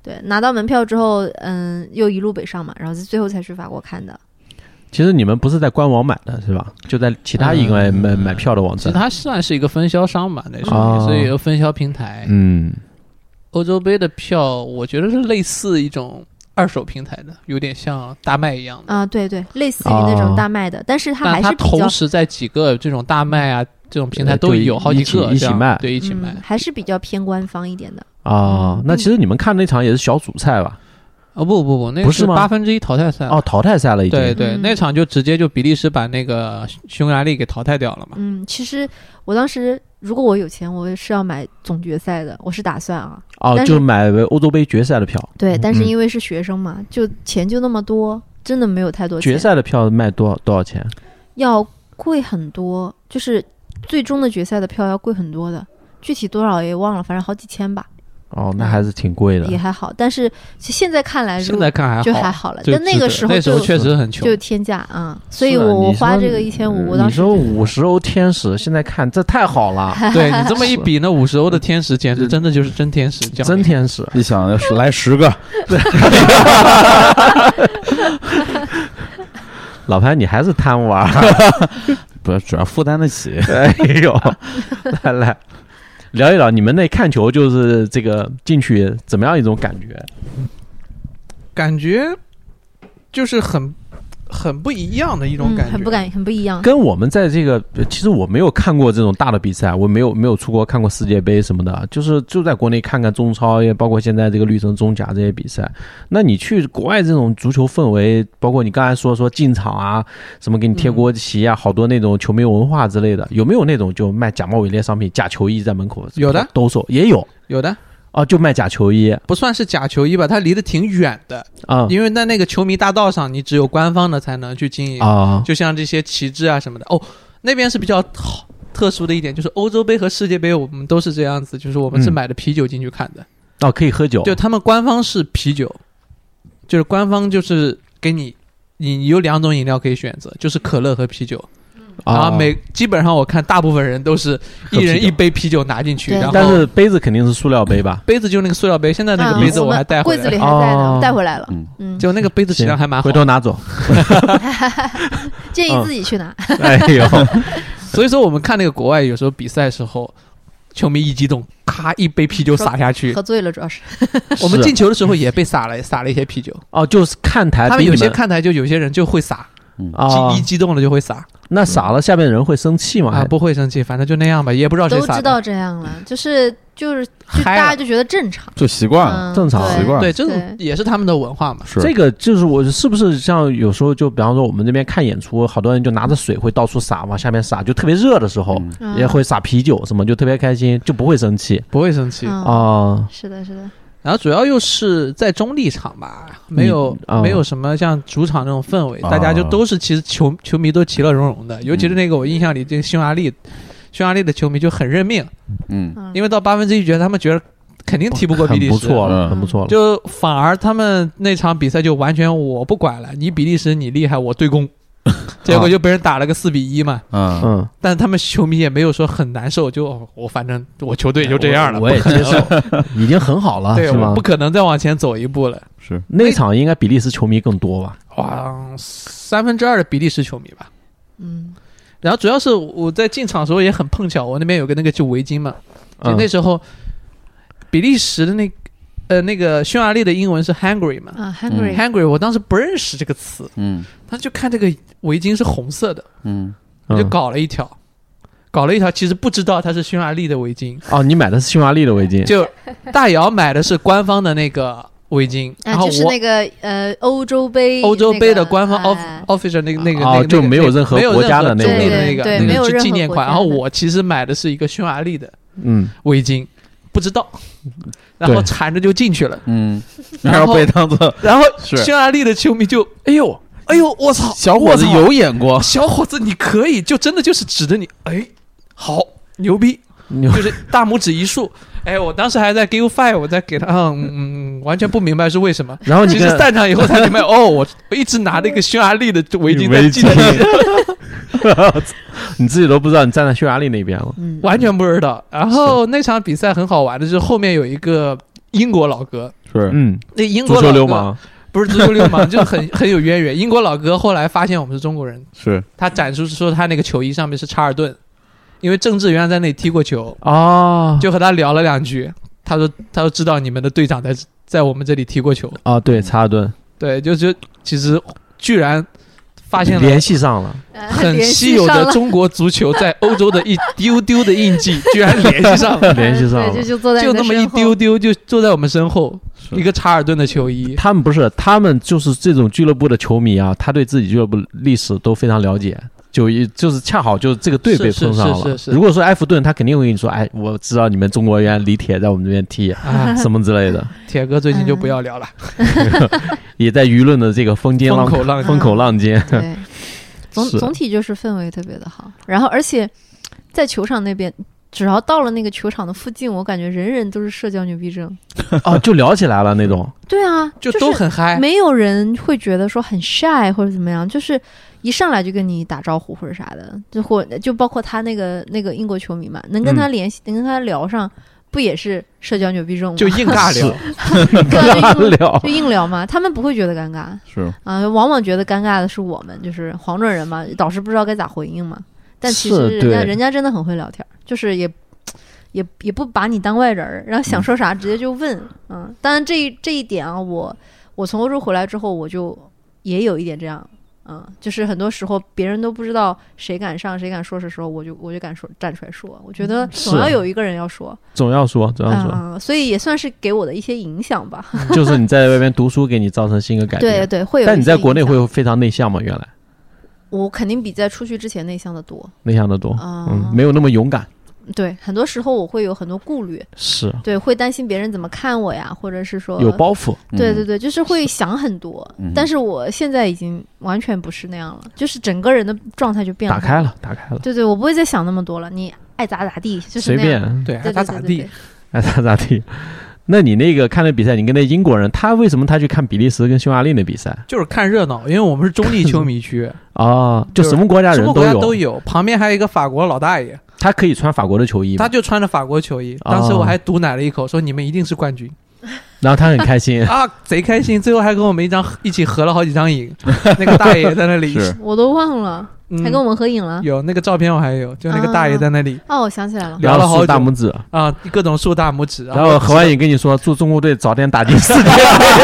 对，拿到门票之后，嗯，又一路北上嘛，然后最后才去法国看的。 其实你们不是在官网买的是吧？就在其他一个买、嗯、买票的网站。 其实它算是一个分销商吧，那时候、 哦、 也是一个分销平台。 嗯， 欧洲杯的票，我觉得是类似一种二手平台的，有点像大麦一样的啊，对对，类似于那种大麦的，哦、但是它还是比较但它同时在几个这种大麦啊这种平台都有好几个一起卖， 对，一起卖、 嗯，还是比较偏官方一点的。 哦，那其实你们看那场也是小组赛吧？ 哦不不不，那个是八分之一淘汰赛哦，淘汰赛了已经。 对对、嗯，那场就直接就比利时把那个匈牙利给淘汰掉了嘛。 嗯，其实我当时如果我有钱，我是要买总决赛的，我是打算啊。 哦，就是买欧洲杯决赛的票。 对，但是因为是学生嘛，嗯、就钱就那么多，真的没有太多钱。 决赛的票卖多少多少钱？ 要贵很多，就是最终的决赛的票要贵很多的，具体多少也忘了，反正好几千吧。 哦，那还是挺贵的， 也还好，但是现在看来， 现在看还好就还好了。但那个时候那时候确实很穷， 就天价啊、嗯！所以我我花这个一千五，我当时你说五十欧天使，现在看这太好了。 对你这么一比，那五十欧的天使简直真的就是真天使， 真天使！ 一想来十个， 老潘你还是贪玩， 不是主要负担得起。 哎呦，来来。聊一聊你们那看球就是这个进去怎么样一种感觉？ 感觉就是很很不一样的一种感觉， 嗯、很不感很不一样。 跟我们在这个其实我没有看过这种大的比赛，我没有没有出国看过世界杯什么的，就是就在国内看看中超，也包括现在这个绿城、中甲这些比赛。那你去国外这种足球氛围，包括你刚才说说进场啊，什么给你贴国旗啊，嗯、好多那种球迷文化之类的，有没有那种就卖假冒伪劣商品、假球衣在门口？ 有的， 兜售也有， 有的。 哦，就卖假球衣， 不算是假球衣吧，它离得挺远的啊、嗯， 因为在那个球迷大道上，你只有官方的才能去经营啊， 就像这些旗帜啊什么的。哦，那边是比较好特殊的一点，就是欧洲杯和世界杯我们都是这样子，就是我们是买的啤酒进去看的。 嗯、哦，可以喝酒， 就他们官方是啤酒，就是官方就是给你，你有两种饮料可以选择，就是可乐和啤酒。然后每、哦、基本上我看大部分人都是一人一杯啤酒拿进去，然后但是杯子肯定是塑料杯吧？ 杯子就那个塑料杯，现在那个杯子我还带回来了， 柜子里还在呢，哦、带回来了。 嗯，就那个杯子质量还蛮好， 回头拿走。 建议自己去拿。 嗯、哎呦， 所以说我们看那个国外有时候比赛时候，球迷一激动，咔一杯啤酒洒下去， 喝醉了主要是。 我们进球的时候也被洒了洒了一些啤酒。 哦，就是看台， 他们有些看台就有些人就会洒。 嗯哦、 一激动了就会洒， 那洒了下面人会生气吗？ 啊，不会生气，反正就那样吧，也不知道谁洒的。 都知道这样了，就是就是就大家就觉得正常， 就习惯了， 嗯、 正常习惯了。 对，这种也是他们的文化嘛。 这个就是我是不是像有时候就比方说我们这边看演出，好多人就拿着水会到处洒，往下面洒，就特别热的时候、嗯、也会洒啤酒什么，就特别开心，就不会生气， 不会生气啊、 嗯哦。是的，是的。 然后主要又是在中立场吧，没有、嗯、没有什么像主场那种氛围、嗯，大家就都是其实球球迷都其乐融融的，尤其是那个我印象里这个匈牙利，匈牙利的球迷就很认命， 嗯， 因为到八分之一决他们觉得肯定踢不过比利时， 很不错了，很不错了， 就反而他们那场比赛就完全我不管了，你比利时你厉害我对攻。结果就被人打了个四比一嘛， 嗯嗯， 但他们球迷也没有说很难受，就我反正我球队就这样了， 我, 我也接受，已经很好了， 对， 是吗？ 不可能再往前走一步了。 是那场应该比利时球迷更多吧？ 哇，三分之二的比利时球迷吧， 嗯。 然后主要是我在进场的时候也很碰巧，我那边有个那个就围巾嘛，就那时候、嗯、比利时的那。呃，那个匈牙利的英文是 hungry 嘛？ 啊 ，hungry，hungry，、 嗯、hungry， 我当时不认识这个词， 嗯， 他就看这个围巾是红色的， 嗯， 我就搞了一条，搞了一条，其实不知道它是匈牙利的围巾。 哦，你买的是匈牙利的围巾？ 就大姚买的是官方的那个围巾， 啊、 然后我就是那个呃欧洲杯， 欧洲杯的官方 off、 哎、 official 那个那个、 哦、 那个就没有任何国家的那个中立的那个对那个是纪念款，然后我其实买的是一个匈牙利的嗯围巾。不知道，然后缠着就进去了， 嗯，然后被当做， 然后匈牙利的球迷就，哎呦，哎呦，我操， 小伙子有眼光， 小伙子你可以，就真的就是指着你，哎，好牛逼，就是大拇指一竖，哎，我当时还在 give five， 我在给他，嗯嗯，完全不明白是为什么， 然后你其实散场以后才明白，哦，我我一直拿着一个匈牙利的围巾在系着。 你自己都不知道你站在匈牙利那边了、 嗯、 完全不知道。然后那场比赛很好玩的就是后面有一个英国老哥， 是嗯， 那英国足球老哥流氓不是足球流氓，就很很有渊源。英国老哥后来发现我们是中国人， 是他展示说他那个球衣上面是查尔顿，因为郑智原来在那里踢过球， 哦， 就和他聊了两句，他说他说知道你们的队长在在我们这里踢过球， 啊，对，查尔顿对，就就其实居然发现了联系上了， 很稀有的中国足球在欧洲的一丢丢的印记，居然联系上了， 联系上了对，就就坐在你就那么一的身后丢丢就坐在我们身后，一个查尔顿的球衣。 他们不是，他们就是这种俱乐部的球迷啊，他对自己俱乐部历史都非常了解。就一就是恰好就是这个队被碰上了。 是是是是是如果说埃弗顿，他肯定会跟你说，哎，我知道你们中国原来李铁在我们这边踢， 啊什么之类的。 铁哥最近就不要聊了， 也在舆论的这个风尖浪风口浪风口浪尖。 对，总是总体就是氛围特别的好。然后而且在球场那边，只要到了那个球场的附近，我感觉人人都是社交牛逼症。 哦，就聊起来了那种。 对啊， 就都很嗨， 没有人会觉得说很 shy 或者怎么样，就是一上来就跟你打招呼或者啥的，就或就包括他那个那个英国球迷嘛，能跟他联系，能跟他聊上，不也是社交牛逼症吗？ 就硬尬聊， 对啊，就硬聊就硬聊嘛，他们不会觉得尴尬是啊，往往觉得尴尬的是我们，就是黄种人嘛，导师不知道该咋回应嘛。但其实人家人家真的很会聊天，就是也也也不把你当外人，然后想说啥直接就问。嗯，当然这这一点啊，我我从欧洲回来之后，我就也有一点这样。嗯，就是很多时候别人都不知道谁敢上谁敢说的时候，我就我就敢说站出来说。我觉得总要有一个人要说， 总要说，总要说、 嗯，所以也算是给我的一些影响吧。 就是你在外边读书，给你造成新的改变。 对对，会有。 但你在国内会非常内向吗？原来我肯定比在出去之前内向的多， 内向的多， 嗯， 嗯，没有那么勇敢。 对，很多时候我会有很多顾虑， 是对，会担心别人怎么看我呀，或者是说有包袱。 对对对，就是会想很多。 嗯、 但是我现在已经完全不是那样了，就是整个人的状态就变了， 打开了，打开了。 对对，我不会再想那么多了，你爱咋咋地，就是随便， 对，爱咋咋地， 爱咋咋地。那你那个看的比赛，你跟那英国人，他为什么他去看比利时跟匈牙利的比赛？ 就是看热闹，因为我们是中立球迷区啊，就什么国家人都有， 什么国家都有。旁边还有一个法国老大爷， 他可以穿法国的球衣吗？ 他就穿着法国球衣。当时我还毒奶了一口，说你们一定是冠军。 然后他很开心啊，贼开心，最后还跟我们一张一起合了好几张影。那个大爷在那里， 我都忘了。嗯、还跟我们合影了， 有那个照片我还有，就那个大爷在那里。 哦，我想起来了， 聊了好久， 大拇指啊，各种竖大拇指。 然后合完影跟你说，祝中国队早点打进世界。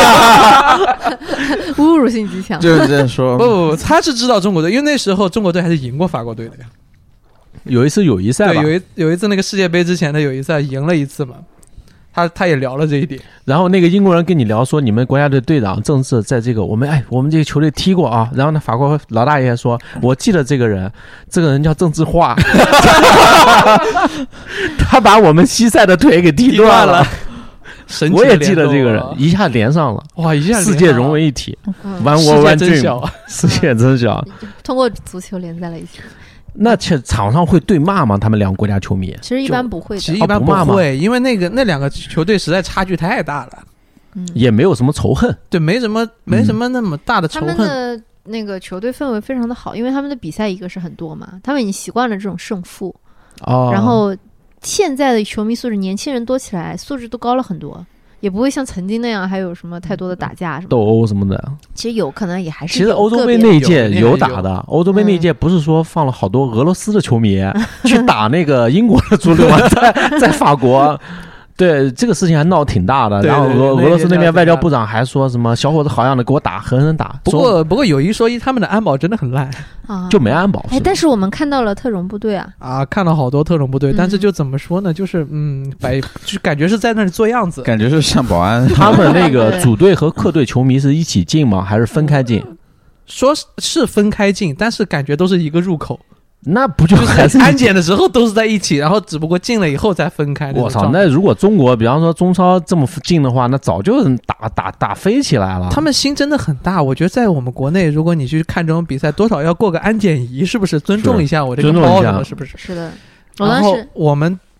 侮辱性极强， 就是这样说。 不不不，他是知道中国队，因为那时候中国队还是赢过法国队的呀。 有一次友谊赛吧， 对，有一有一次那个世界杯之前的友谊赛赢了一次嘛。他他也聊了这一点， 然后那个英国人跟你聊说，你们国家的队长郑智在这个我们哎我们这个球队踢过啊，然后呢法国老大爷说，我记得这个人，这个人叫郑智化，他把我们西塞的腿给踢断了。我也记得这个人，一下连上了， 哇，一下世界融为一体，玩我玩 dream， 世界真小， 通过足球连在了一起。 那其实场上会对骂吗？他们两个国家球迷其实一般不会的， 其实一般不会，因为那个那两个球队实在差距太大了， 嗯， 也没有什么仇恨， 对，没什么没什么那么大的仇恨。 他们的那个球队氛围非常的好，因为他们的比赛一个是很多嘛，他们已经习惯了这种胜负， 哦， 然后现在的球迷素质，年轻人多起来，素质都高了很多。也不会像曾经那样，还有什么太多的打架什么斗殴什么的。 其实有可能也还是。 其实欧洲杯那一届有打的，欧洲杯那一届不是说放了好多俄罗斯的球迷去打那个英国的足球吗？在在法国。对这个事情还闹挺大的，然后俄俄罗斯那边外交部长还说什么小伙子好样的，给我打，狠狠打。 不过不过有一说一，他们的安保真的很烂啊， 就没安保。 哎，但是我们看到了特种部队啊啊，看到好多特种部队，但是就怎么说呢，就是嗯，摆就感觉是在那里做样子， 感觉是像保安。 他们那个主队和客队球迷是一起进吗？还是分开进？ 说是分开进，但是感觉都是一个入口。 那不就还是安检的时候都是在一起，然后只不过进了以后再分开。 我操！那如果中国，比方说中超这么近的话，那早就打打打飞起来了。 他们心真的很大，我觉得在我们国内，如果你去看这种比赛，多少要过个安检仪，是不是尊重一下我这个包什么？是不是？ 是的。 然后我们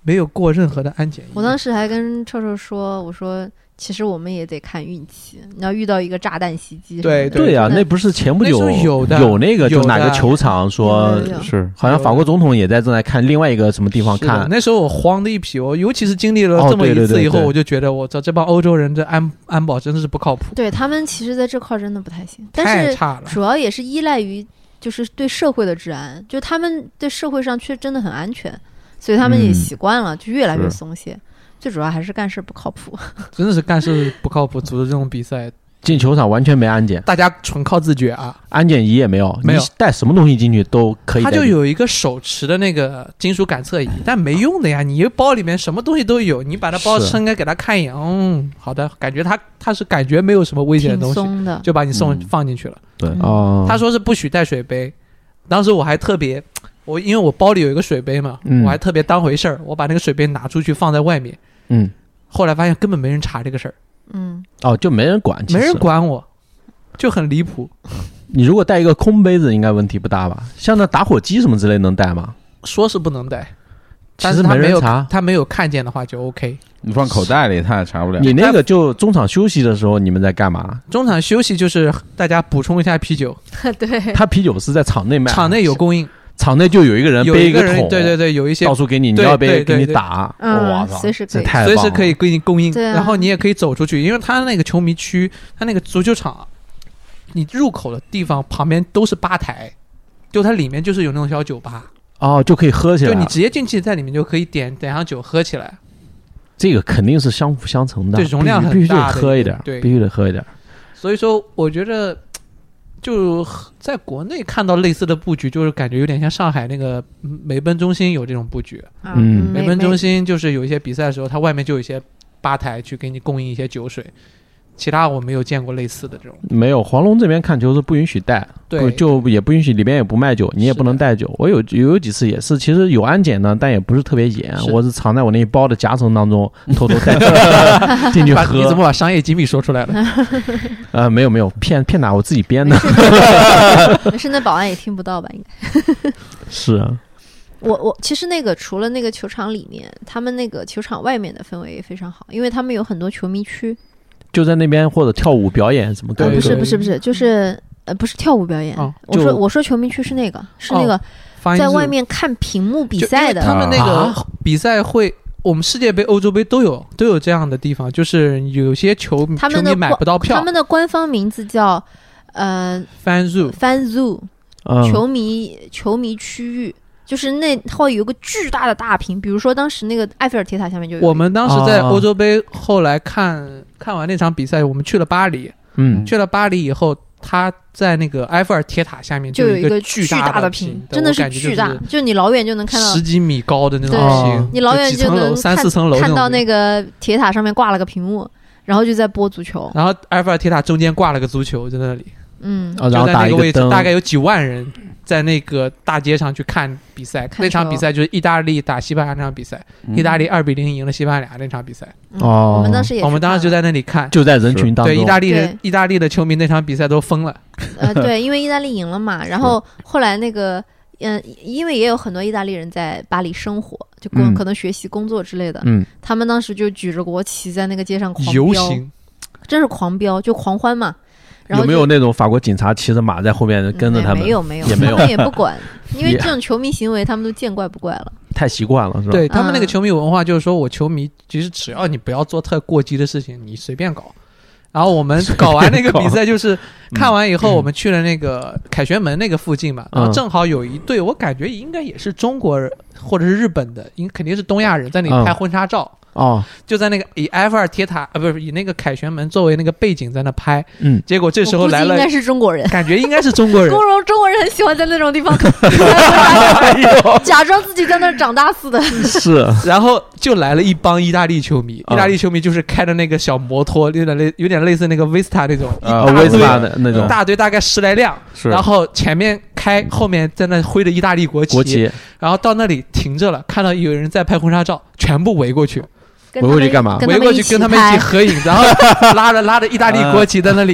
没有过任何的安检。 我当时还跟臭臭说，我说其实我们也得看运气，你要遇到一个炸弹袭击。 对对呀、啊，那不是前不久有的有那个就哪个球场说是， 好像法国总统也在正在看另外一个什么地方看。 那时候我慌的一批，我尤其是经历了这么一次以后， 哦、对对对对我就觉得我操，这帮欧洲人这安安保真的是不靠谱。 对他们其实在这块真的不太行， 太差了。 但是主要也是依赖于就是对社会的治安，就他们对社会上确实真的很安全，所以他们也习惯了，嗯、就越来越松懈。最主要还是干事不靠谱， 真的是干事不靠谱，组织这种比赛， 进球场完全没安检， 大家纯靠自觉啊， 安检仪也没有， 没有， 你带什么东西进去都可以。 他就有一个手持的那个金属感测仪，但没用的呀，你包里面什么东西都有，你把它包撑开给他看一眼，嗯，好的，感觉他他是感觉没有什么危险的东西，就把你送、嗯、放进去了。 对哦、 嗯，他说是不许带水杯，当时我还特别，我因为我包里有一个水杯嘛， 嗯、 我还特别当回事儿，我把那个水杯拿出去放在外面， 嗯。 后来发现根本没人查这个事儿， 嗯， 哦，就没人管， 没人管我，就很离谱。 你如果带一个空杯子，应该问题不大吧？像那打火机什么之类能带吗？ 说是不能带， 其实没人查， 他没有看见的话就 OK。 你放口袋里，他也查不了。 你那个就中场休息的时候，你们在干嘛？ 中场休息就是大家补充一下啤酒。 对， 他啤酒是在场内卖， 场内有供应。 场内就有一个人背一个桶， 对对对，有一些到处给你，你要杯给你打， 嗯，随时可以， 随时可以给你供应。 对、啊， 然后你也可以走出去，因为他那个球迷区，他那个足球场，你入口的地方旁边都是吧台，就它里面就是有那种小酒吧， 哦，就可以喝起来， 就你直接进去在里面就可以点点上酒喝起来。 这个肯定是相辅相成的， 对，容量很大， 必须得喝一点， 对， 必须得喝一点。 所以说，我觉得。就在国内看到类似的布局，就是感觉有点像上海那个梅奔中心有这种布局。 嗯， 梅奔中心就是有一些比赛的时候，它外面就有一些吧台去给你供应一些酒水。其他我没有见过类似的这种。 没有，黄龙这边看球是不允许带， 对， 就也不允许，里边也不卖酒，你也不能带酒。我有有有几次也是，其实有安检呢，但也不是特别严， 是我是藏在我那一包的夹层当中，偷偷带进去喝。 你怎么把商业机密说出来了？ 呃，没有没有，骗骗哪？我自己编的。 没事，那保安也听不到吧？应该是啊。 我我其实那个除了那个球场里面，他们那个球场外面的氛围也非常好，因为他们有很多球迷区。 就在那边或者跳舞表演什么的、 呃、不是不是不是就是呃不是跳舞表演、哦、我说我说球迷区是那个是那个、哦、在外面看屏幕比赛的， 他们那个比赛会、啊、我们世界杯欧洲杯都有都有这样的地方，就是有些球他们的球迷买不到票， 他们的官方名字叫呃 Fan Zoo Fan Zoo、 嗯、 球迷球迷区域，就是那会有个巨大的大屏，比如说当时那个埃菲尔铁塔下面就有。 我们当时在欧洲杯后来看、啊、看完那场比赛，我们去了巴黎， 嗯， 去了巴黎以后，他在那个埃菲尔铁塔下面就有一个巨大的屏，真的是巨大，就你老远就能看到十几米高的那种屏， 你老远就能三四层楼看到那个铁塔上面挂了个屏幕，然后就在播足球， 然后埃菲尔铁塔中间挂了个足球在那里， 嗯， 就在那个位置，大概有几万人。在那个大街上去看比赛，那场比赛就是意大利打西班牙那场比赛，嗯、意大利二比零赢了西班牙那场比赛。 哦、嗯，我们当时也， 我们当时就在那里看， 就在人群当中。 对，意大利人，意大利的球迷那场比赛都疯了。 呃，对，因为意大利赢了嘛，然后后来那个，嗯、呃，因为也有很多意大利人在巴黎生活，就工、嗯、可能学习、工作之类的， 嗯， 他们当时就举着国旗在那个街上狂飙， 游行， 真是狂飙，就狂欢嘛。 有没有那种法国警察骑着马在后面跟着他们？ 没有没有， 也没有， 他们也不管，因为这种球迷行为他们都见怪不怪了， 太习惯了，是吧？ 对他们那个球迷文化，就是说我球迷其实只要你不要做太过激的事情，你随便搞。然后我们搞完那个比赛，就是看完以后，我们去了那个凯旋门那个附近嘛，然后正好有一队，我感觉应该也是中国人或者是日本的，应肯定是东亚人，在那里拍婚纱照。 哦， 就在那个以埃菲尔铁塔啊，不是以那个凯旋门作为那个背景在那拍， 嗯， 结果这时候来了， 应该是中国人， 感觉应该是中国人， 中国中国人很喜欢在那种地方假装自己在那长大似的， 是， 然后就来了一帮意大利球迷，意大利球迷就是开的那个小摩托，有点类有点类似那个 Vista 那种， 啊 Vista 的那种， 大队大概十来辆，然后前面开，后面在那挥着意大利国旗， 国旗， 然后到那里停着了，看到有人在拍婚纱照，全部围过去。 围过去干嘛？ 围过去跟他们一起合影，然后拉着拉着意大利国旗在那里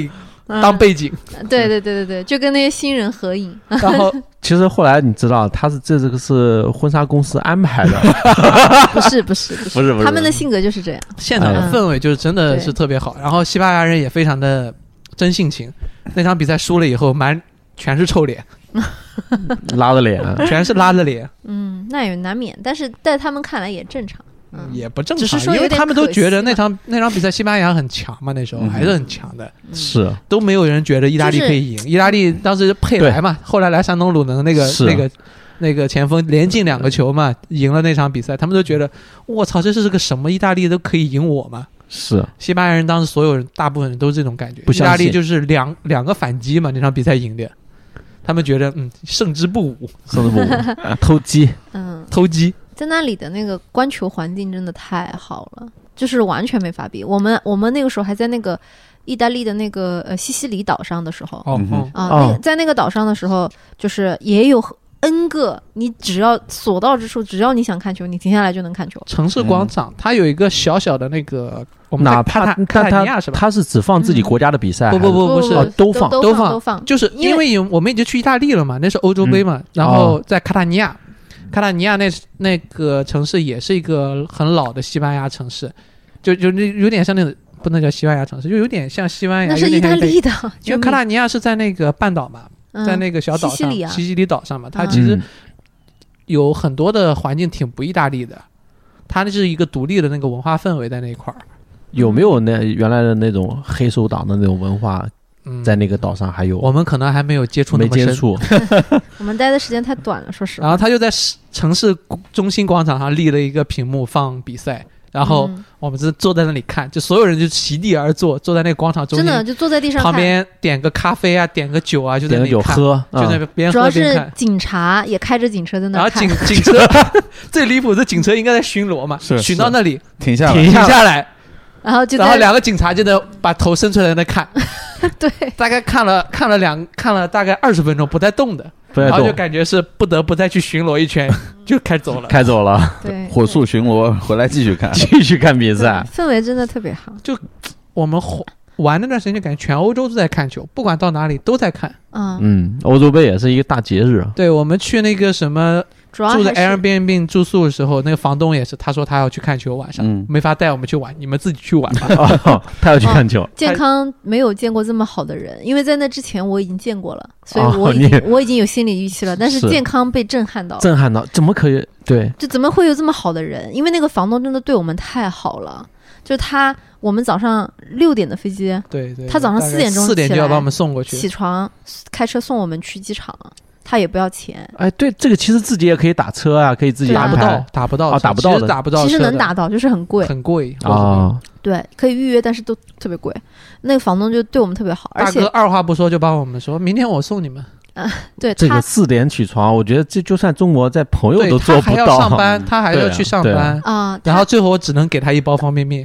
当背景， 对对对对对，就跟那些新人合影。 然后其实后来你知道，他是这这个是婚纱公司安排的， 不是不是不是不是不是， 他们的性格就是这样， 现场的氛围就是真的是特别好。然后西班牙人也非常的真性情，那场比赛输了以后，满全是臭脸， 拉着脸， 全是拉着脸。 嗯，那也难免，但是在他们看来也正常。嗯， 也不正常， 只是说因为他们都觉得那有点可惜场那场比赛西班牙很强嘛，那时候嗯还是很强的， 是都没有人觉得意大利可以赢。意大利当时佩莱嘛，后来来山东鲁能那个是那个那个前锋连进两个球嘛，赢了那场比赛，他们都觉得我操，这是个什么？意大利都可以赢我吗？ 是， 西班牙人当时所有人大部分人都是这种感觉，意不相信大利就是两两个反击嘛，那场比赛赢的，他们觉得嗯胜之不武， 甚至不偷鸡， 嗯， 偷鸡。 在那里的那个观球环境真的太好了，就是完全没法比。我们我们那个时候还在那个意大利的那个呃西西里岛上的时候， 哦嗯哼哦， 啊、 哦那个在那个岛上的时候，就是也有 N 个，你只要所到之处，只要你想看球，你停下来就能看球。 城市广场它有一个小小的那个，我们在哪怕卡塔卡但他塔尼亚是吧？ 他是只放自己国家的比赛， 不不不不是哦都放都都放放都放， 就是因为有我们已经去意大利了嘛，那是欧洲杯嘛，然后在卡塔尼亚，卡塔尼亚那那个城市也是一个很老的西班牙城市，就就那有点像那种不能叫西班牙城市，就有点像西班牙， 那是意大利的， 因为卡塔尼亚是在那个半岛嘛， 嗯在那个小岛上， 西西里啊西西里岛上嘛，它嗯其实嗯有很多的环境挺不意大利的，它是一个独立的那个文化氛围在那一块儿。 有没有那原来的那种黑手党的那种文化嗯， 在那个岛上还有？ 我们可能还没有接触那么深。 没接触， 我们待的时间太短了，说实话。 然后他就在市城市中心广场上立了一个屏幕放比赛，然后嗯我们是坐在那里看，就所有人就席地而坐，坐在那个广场中心， 真的就坐在地上看， 旁边点个咖啡啊，点个酒啊，就在点个那里看， 酒喝， 就在嗯边主要是喝边看。 警察也开着警车在那然后警看， 警车最离谱，这警车应该在巡逻嘛， 是巡到那里停下来， 停下来， 然后就然后在两个警察就在把头伸出来在那看， 对， 大概看了看了两看了大概二十分钟不带动的， 不要动， 然后就感觉是不得不再去巡逻一圈，就开走了。 开走了， 对， 火速巡逻回来继续看。 继续看比对赛。 氛围真的特别好。 我们玩那段时间就感觉全欧洲都在看球，不管到哪里都在看。 嗯， 嗯，欧洲杯也是一个大节日， 对，我们去那个什么住在主要还是 Airbnb 住宿的时候，那个房东也是，他说他要去看球，晚上、 嗯没法带我们去玩，你们自己去玩吧。 哦，他要去看球， 健康没有见过这么好的人，因为在那之前我已经见过了，所以哦我已经、 你我已经有心理预期了。但是是健康被震撼到， 震撼到，怎么可以？对， 就怎么会有这么好的人？因为那个房东真的对我们太好了，就是他，我们早上六点的飞机对对， 他早上四点钟四点就起来要把我们送过去起。床，开车送我们去机场，他也不要钱。 哎，对，这个其实自己也可以打车啊，可以自己对啊安排打不到，打不到车， 哦打不到的其实打不到车的， 其实能打到，就是很贵。 很贵啊。 对，可以预约，但是都特别贵。那个房东就对我们特别好，而且大哥二话不说就帮我们说，明天我送你们。 对他这个四点起床，我觉得这就算中国在朋友对都做他还要不到。 上班，他还要去上对啊班。 啊， 然后最后我只能给他一包方便面，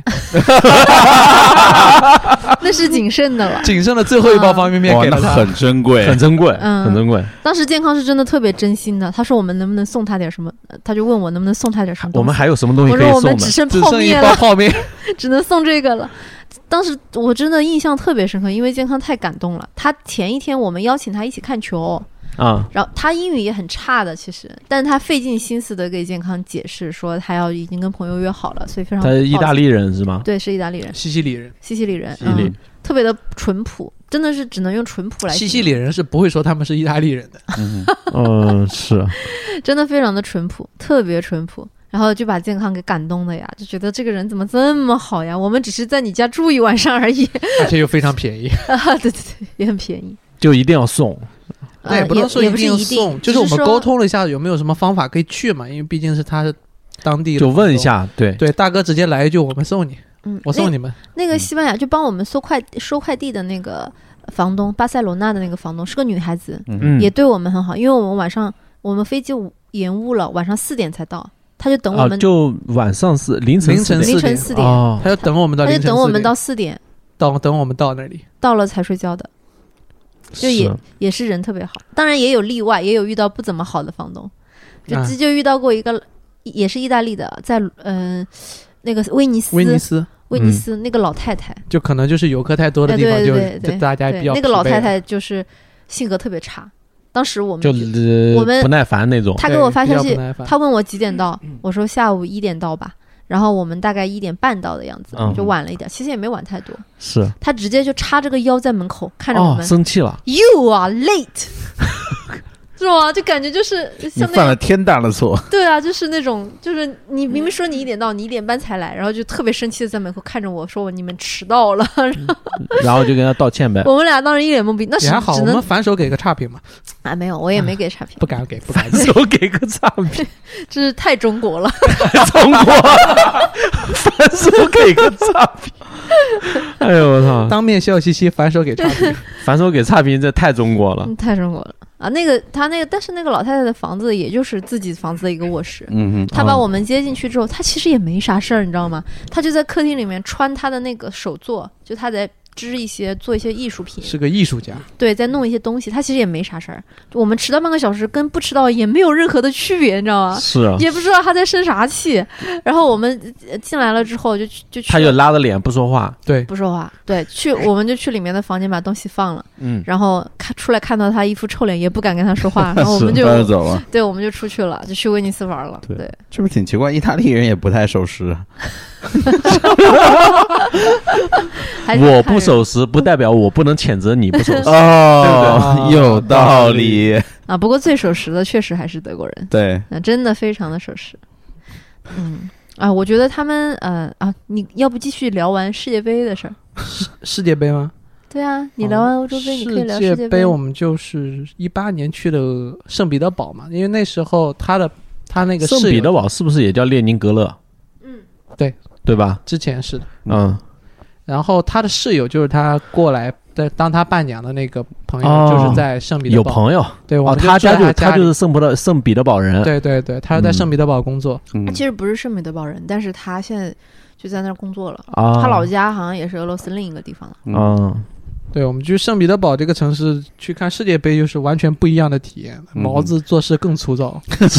那是谨慎的了。 仅剩的最后一包方便面哇，那给了他。 很珍贵， 很珍贵， 嗯很珍贵。 当时健康是真的特别真心的，他说我们能不能送他点什么，呃他就问我能不能送他点什么东西。 我们还有什么东西我可以送的说我们只？剩只剩一泡面了， 包泡面， 只能送这个了。当时我真的印象特别深刻，因为健康太感动了。他前一天我们邀请他一起看球， 啊， 然后他英语也很差的，其实，但是他费尽心思的给健康解释说他要已经跟朋友约好了，所以非常他是意大抱歉， 利人是吗？ 对，是意大利人， 西西里人， 西西里人， 西西里嗯，特别的淳朴，真的是只能用淳朴来形容。 西西里人是不会说他们是意大利人的。 嗯， 嗯，是。 真的非常的淳朴，特别淳朴。然后就把健康给感动的呀，就觉得这个人怎么这么好呀？我们只是在你家住一晚上而已， 而且又非常便宜。 啊，对对对，也很便宜。 就一定要送， 那也不能说也一定不是一定送，就是我们说沟通了一下有没有什么方法可以去嘛，因为毕竟是他当地的就问一房东。 下，对， 对，大哥直接来一句，我们送你， 嗯， 我送你们。 那。那个西班牙就帮我们收快收快递的那个房东，巴塞罗那的那个房东是个女孩子， 嗯， 也对我们很好，因为我们晚上我们飞机延误了，晚上四点才到，他就等我啊， 们就晚上是凌晨凌晨四点凌晨点四点， 哦， 他就等我们到他凌晨四点就等我们到四点等等我们到那里。 到了才睡觉的。就也也是人特别好，当然也有例外，也有遇到不怎么好的房东，就、 啊就遇到过一个也是意大利的，在嗯、呃、那个威尼斯威尼斯威尼斯那个老太太， 就可能就是游客太多的地方， 哎、对就对对就大家比较那个老太太就是性格特别差。当时我们就、呃、 我们不耐烦那种。 他给我发消息，他问我几点到，我说下午一点到吧。然后我们大概一点半到的样子，嗯、就晚了一点，其实也没晚太多。 是他直接就插着个腰在门口看着我们， 哦、生气了。 You are late， 是吗？就感觉就是像你犯了天大的错。 对啊，就是那种，就是你明明说你一点到，你一点半才来，然后就特别生气的在门口看着我说你们迟到了， 然后就跟他道歉呗。 我们俩当时一脸懵逼，那是也还好，我们反手给个差评嘛。 啊，没有，我也没给差评， 不敢给，不敢给，反手给个差评， 这是太中国了， 太中国了，反手给个差评。哎呦我操！ 当面笑嘻嘻，反手给差评， 反手给差评，这太中国了， 嗯、太中国了。啊，那个他那个，但是那个老太太的房子也就是自己房子的一个卧室。 嗯哼， 他把我们接进去之后，他其实也没啥事儿，你知道吗？他就在客厅里面穿他的那个手作，就他在织一些做一些艺术品， 是个艺术家。 对，在弄一些东西，他其实也没啥事儿。我们迟到半个小时跟不迟到也没有任何的区别，你知道吗？ 是啊， 也不知道他在生啥气。然后我们进来了之后就就去， 他就拉着脸不说话， 对， 不说话，对，去我们就去里面的房间把东西放了， 嗯， 然后看出来看到他一副臭脸，也不敢跟他说话，然后我们就走了， 对，我们就出去了，就去威尼斯玩了，对， 是不是挺奇怪？意大利人也不太守时。 我不守时不代表我不能谴责你不守时哦，有道理啊。不过最守时的确实还是德国人， 对， 那、啊、真的非常的守时。嗯啊，我觉得他们呃啊，你要不继续聊完世界杯的事儿？ 世世界杯吗？ 对啊，你聊完欧洲杯，哦、你可以聊世界杯。我们就是一八年去的圣彼得堡嘛，因为那时候他的他那个圣彼得堡是不是也叫列宁格勒？ 嗯， 对。 对吧？ 之前是的， 嗯， 然后他的室友就是他过来的当他伴娘的那个朋友，哦、就是在圣彼得堡有朋友， 对，我哦，他家就他就是圣彼得圣彼得堡人， 对对对，他是在圣彼得堡工作， 嗯、他其实不是圣彼得堡人，但是他现在就在那儿工作了， 啊， 他老家好像也是俄罗斯另一个地方了， 嗯， 对，我们去圣彼得堡这个城市去看世界杯，就是完全不一样的体验， 嗯、 毛子做事更粗糙，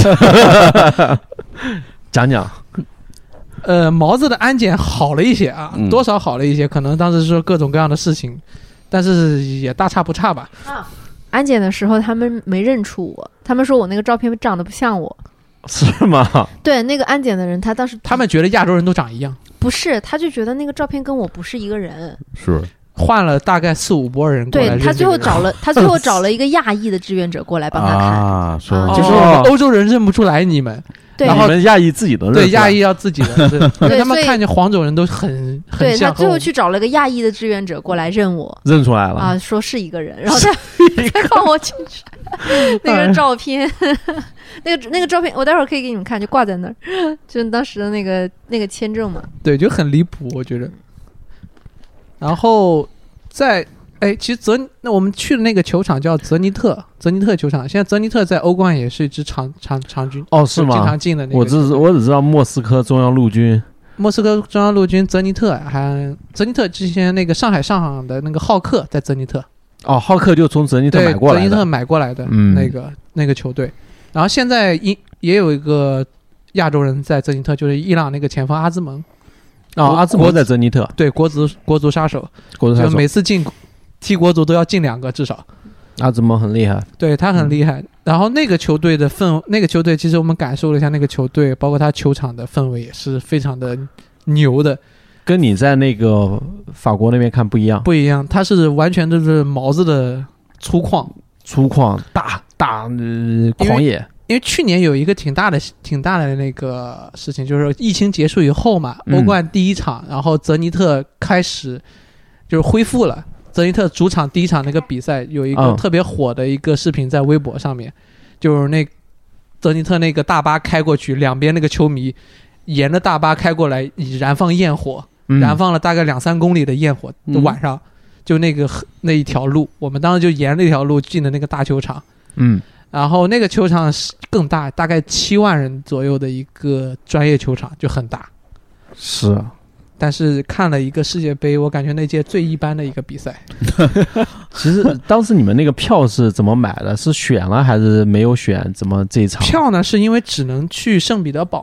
讲讲。 呃，毛子的安检好了一些啊， 嗯、 多少好了一些，可能当时说各种各样的事情，但是也大差不差吧。 啊，安检的时候他们没认出我，他们说我那个照片长得不像我。 是吗？ 对，那个安检的人他当时他们觉得亚洲人都长一样， 不是，他就觉得那个照片跟我不是一个人。 是。 换了大概四五波人过来， 对，他最后找了他最后找了一个亚裔的志愿者过来帮他看， 啊，说、 啊、 就是我们欧洲人认不出来你们。 对， 然后你们亚裔自己能认出来， 对，亚裔要自己的，对， 对他们看见黄种人都很很像。 对，他最后去找了个亚裔的志愿者过来认我， 认出来了啊，说是一个人，然后再再放我进去那个照片，那个那个照片，我待会儿可以给你们看，就挂在那儿，就是当时的那个那个签证嘛。 对，就很离谱，我觉得。然后在。哎，其实泽那我们去的那个球场叫泽尼特，泽尼特球场。现在泽尼特在欧冠也是一支常常常军哦，是吗？ 经常进的那个。 我只我只知道莫斯科中央陆军， 莫斯科中央陆军泽尼特，还泽尼特之前那个上海上港的那个浩克在泽尼特。 哦，浩克就从泽尼特买过来的， 泽尼特买过来的、嗯、那个那个球队。然后现在也也有一个亚洲人在泽尼特，就是伊朗那个前锋阿兹蒙。 哦，阿兹蒙在泽尼特， 对，国足国足杀手， 国足杀手， 就每次进。踢国足都要进两个至少， 阿兹蒙很厉害， 对他很厉害、嗯。然后那个球队的氛，那个球队其实我们感受了一下，那个球队包括他球场的氛围也是非常的牛的， 跟你在那个法国那边看不一样， 不一样，他是完全就是毛子的粗犷、 粗犷大大、呃、狂野。 因为去年有一个挺大的、挺大的那个事情，就是疫情结束以后嘛，欧冠第一场，嗯、然后泽尼特开始就是恢复了。泽尼特主场第一场那个比赛有一个特别火的一个视频在微博上面，嗯、就是那泽尼特那个大巴开过去，两边那个球迷沿着大巴开过来，燃放焰火，嗯、燃放了大概两三公里的焰火。嗯、晚上就那个那一条路，我们当时就沿那条路进的那个大球场。 嗯， 然后那个球场更大，大概七万人左右的一个专业球场，就很大。 是。 但是看了一个世界杯，我感觉那届最一般的一个比赛。 其实当时你们那个票是怎么买的？是选了还是没有选？怎么这一场票呢？是因为只能去圣彼得堡嘛，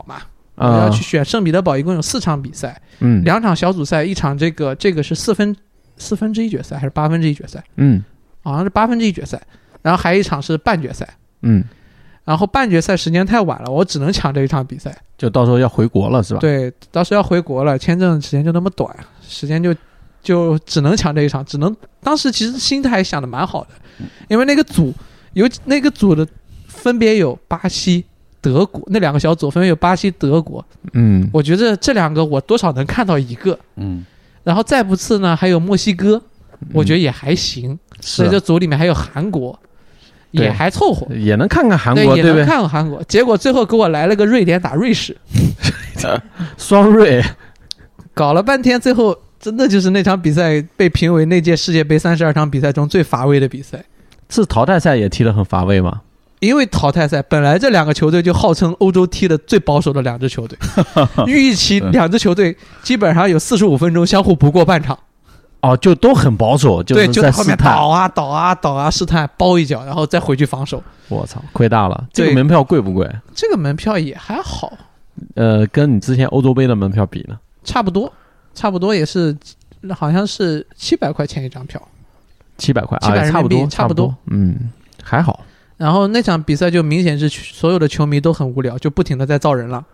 我要去选圣彼得堡，一共有四场比赛， 嗯， 两场小组赛，一场这个这个是四分四分之一决赛还是八分之一决赛？ 嗯， 好像是八分之一决赛，然后还有一场是半决赛， 嗯， 然后半决赛时间太晚了，我只能抢这一场比赛， 就到时候要回国了是吧？ 对，到时候要回国了，签证时间就那么短，时间就就只能抢这一场，只能当时其实心态想的蛮好的，因为那个组有那个组的分别有巴西。德国那两个小组分别有巴西、德国， 嗯， 我觉得这两个我多少能看到一个， 嗯， 然后再不次呢还有墨西哥，我觉得也还行， 嗯、 所以这组里面还有韩国，也还凑合， 也能看看韩国， 对，也能看看韩国。结果最后给我来了个瑞典打瑞士， 双瑞， 搞了半天，最后真的就是那场比赛被评为那届世界杯三十二场比赛中最乏味的比赛。 是淘汰赛也踢得很乏味吗？ 因为淘汰赛本来这两个球队就号称欧洲踢的最保守的两支球队，预期两支球队基本上有四十五分钟相互不过半场。 哦，就都很保守， 对，就在后面倒啊倒啊倒啊试探，包一脚，然后再回去防守。 我操，亏大了！这个门票贵不贵？ 这个门票也还好， 呃，跟你之前欧洲杯的门票比呢？ 差不多，差不多也是，好像是七百块钱一张票， 七百块， 七百人民币， 差不多，嗯，还好。 然后那场比赛就明显是所有的球迷都很无聊，就不停的在造人了。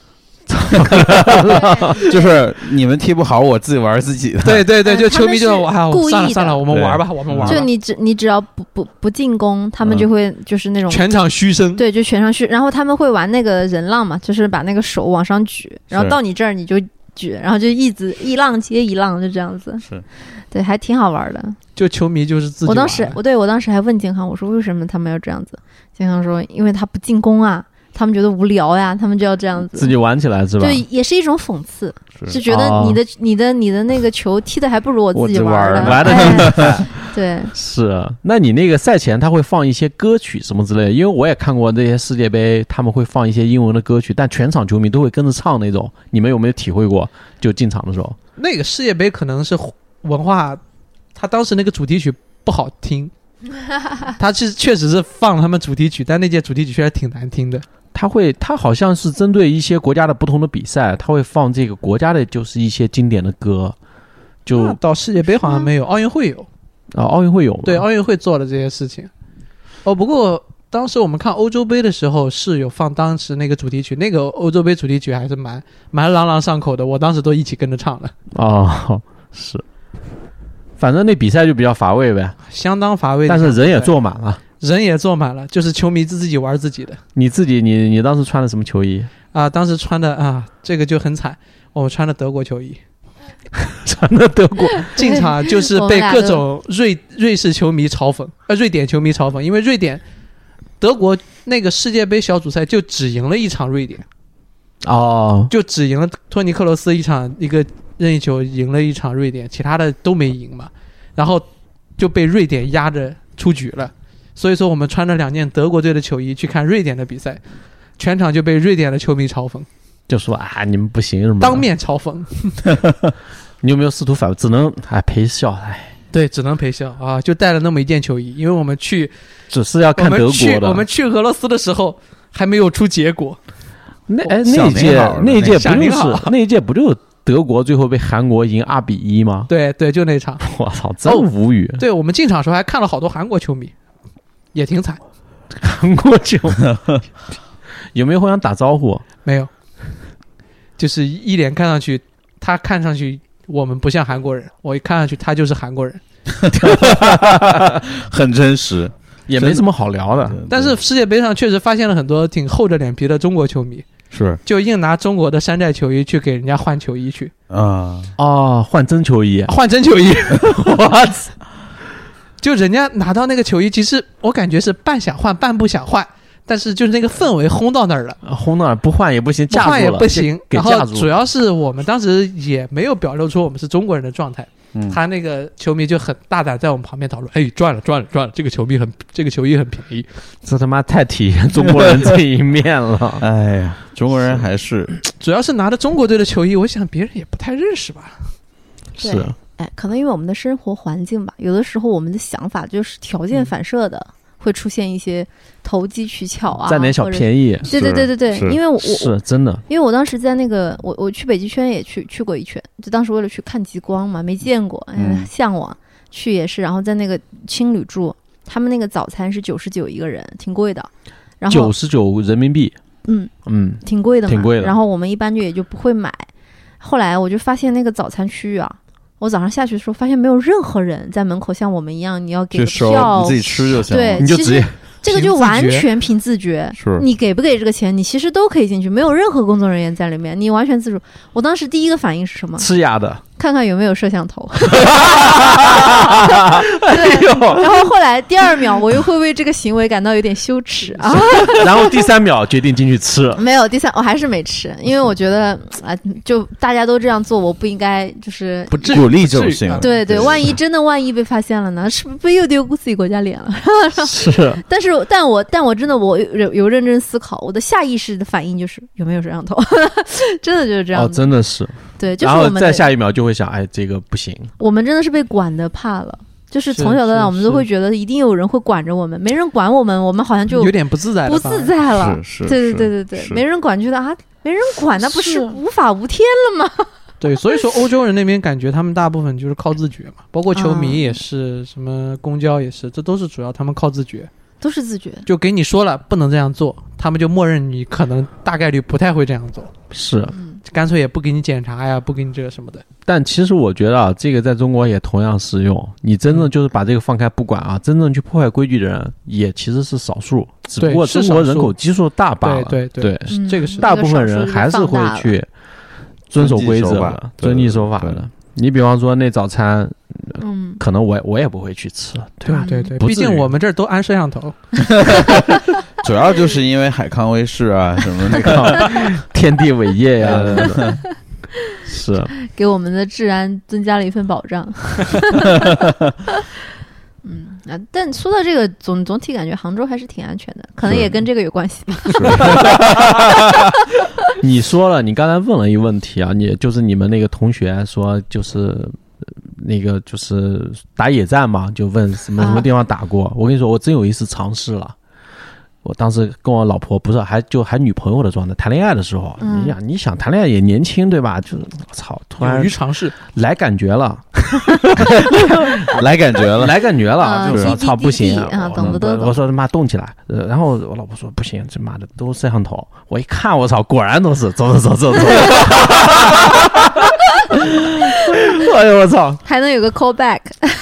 就是你们踢不好，我自己玩自己的。 对对对，就球迷就啊，算了算了，我们玩吧，我们玩吧。 就你只你只要不不不进攻，他们就会就是那种全场嘘声。 对，就全场嘘。然后他们会玩那个人浪嘛，就是把那个手往上举，然后到你这儿你就举，然后就一直一浪接一浪，就这样子。 是， 对，还挺好玩的。 就球迷就是自己玩。 我当时我对我当时还问健康，我说为什么他们要这样子？健康说，因为他不进攻啊。他们觉得无聊呀，他们就要这样子自己玩起来是吧？ 就也是一种讽刺，是觉得你的、哦、你的你的那个球踢的还不如我自己玩的， 玩的、 哎、对， 是。那你那个赛前他会放一些歌曲什么之类的？因为我也看过这些世界杯，他们会放一些英文的歌曲，但全场球迷都会跟着唱那种。你们有没有体会过？就进场的时候， 那个世界杯可能是文化，他当时那个主题曲不好听，他是确实是放了他们主题曲，但那届主题曲确实挺难听的。 他会，他好像是针对一些国家的不同的比赛，他会放这个国家的，就是一些经典的歌。就到世界杯好像没有，奥运会有啊，奥运会有吗？ 对，奥运会做了这些事情。哦，不过当时我们看欧洲杯的时候是有放当时那个主题曲，那个欧洲杯主题曲还是蛮蛮朗朗上口的，我当时都一起跟着唱了。 哦，是，反正那比赛就比较乏味呗， 相当乏味， 但是人也坐满了。 人也坐满了，就是球迷自己玩自己的。 你自己，你你当时穿的什么球衣啊？当时穿的啊，这个就很惨，我穿的德国球衣， 穿的德国， 进场就是被各种瑞瑞士球迷嘲讽，呃，瑞典球迷嘲讽，因为瑞典、德国那个世界杯小组赛就只赢了一场瑞典， 哦， 就只赢了托尼克罗斯一场一个任意球赢了一场瑞典，其他的都没赢嘛，然后就被瑞典压着出局了。所以说我们穿着两件德国队的球衣去看瑞典的比赛，全场就被瑞典的球迷嘲讽， 就说啊你们不行什么， 当面嘲讽。 你有没有试图反只能哎陪笑哎？ 对，只能陪笑啊，就带了那么一件球衣，因为我们去只是要看德国的。 我们去俄罗斯的时候还没有出结果。 那哎那一届那一届不就是那一届不就是德国最后被韩国赢二比一吗？ 对对，就那场。 我操，真无语。 哦、对我们进场的时候还看了好多韩国球迷。也挺惨， 韩国球有没有互相打招呼？ 没有，就是一脸看上去，他看上去我们不像韩国人，我一看上去他就是韩国人， 很真实， 也没什么好聊的。 但是世界杯上确实发现了很多挺厚着脸皮的中国球迷， 是就硬拿中国的山寨球衣去给人家换球衣去啊哦，换真球衣， 换真球衣，我操！就人家拿到那个球衣，其实我感觉是半想换半不想换，但是就是那个氛围轰到那儿了， 轰到那儿不换也不行， 不换也不行。 然后主要是我们当时也没有表露出我们是中国人的状态，嗯、他那个球迷就很大胆在我们旁边讨论，哎，赚了赚了赚了，这个球迷很这个球衣很便宜， 这他妈太体现中国人这一面了。 哎呀，中国人还是主要是拿着中国队的球衣，我想别人也不太认识吧。 是。 哎，可能因为我们的生活环境吧，有的时候我们的想法就是条件反射的，嗯、 会出现一些投机取巧啊， 占点小便宜。 对对对对对，因为我是真的， 因为我当时在那个我我去北极圈也去去过一圈，就当时为了去看极光嘛，没见过，嗯，向往去也是，然后在那个青旅住，他们那个早餐是九十九一个人，挺贵的，然后九十九人民币， 嗯嗯， 挺贵的嘛， 挺贵的。 然后我们一般就也就不会买，后来我就发现那个早餐区域啊。我早上下去的时候，发现没有任何人在门口像我们一样，你要给个票， 你自己吃就行了。 对， 你就直接这个就完全凭自觉。 是， 你给不给这个钱，你其实都可以进去，没有任何工作人员在里面，你完全自主。我当时第一个反应是什么？ 吃鸭的， 看看有没有摄像头。 哎呦！ 然后后来第二秒，我又会为这个行为感到有点羞耻啊。 然后第三秒决定进去吃， 没有第三，我还是没吃，因为我觉得啊、呃，就大家都这样做，我不应该就是不鼓励这种行为。 对对，万一真的万一被发现了呢？是不是又丢自己国家脸了？ 是。 但是，但我但我真的我有有认真思考，我的下意识的反应就是有没有摄像头，真的就是这样。 哦，真的是。 对，就是我们。 然后再下一秒就会想，哎，这个不行。 我们真的是被管的怕了。就是从小到大，我们都会觉得一定有人会管着我们，没人管我们，我们好像就有点不自在了， 不自在了。 是是， 对对对对对，没人管，觉得啊，没人管，那不是无法无天了吗？ 对，所以说欧洲人那边感觉他们大部分就是靠自觉嘛，包括球迷也是，什么公交也是，这都是主要他们靠自觉， 都是自觉， 就给你说了不能这样做，他们就默认你可能大概率不太会这样做， 是。 嗯干脆也不给你检查呀，不给你这个什么的。 但其实我觉得啊，这个在中国也同样适用。你真正就是把这个放开不管啊，真正去破坏规矩的人也其实是少数，只不过中国人口基数大罢了。 对对对， 嗯、 这个是大部分人还是会去遵守规则的，遵纪守法的。你比方说那早餐，嗯，可能我我也不会去吃。 对对对，毕竟我们这儿都安摄像头。 主要就是因为海康威视啊，什么那个天地伟业呀、啊，是给我们的治安增加了一份保障。嗯啊，但说到这个，总总体感觉杭州还是挺安全的，可能也跟这个有关系吧。 你说了，你刚才问了一个问题啊，你就是你们那个同学说，就是那个就是打野战嘛，就问什么什么地方打过。啊、我跟你说，我真有一次尝试了。我当时跟我老婆不是还就还女朋友的状态，谈恋爱的时候，嗯、你想你想谈恋爱也年轻对吧？就是我操，突然勇于尝试， 来感觉了， 来感觉了， 来感觉了， 啊、 就是我操不行啊，懂的都懂。 我说他妈动起来，呃，然后我老婆说不行，这妈的都是摄像头。我一看，我操，果然都是，走走走走走。哎呦我操， 还能有个 call back。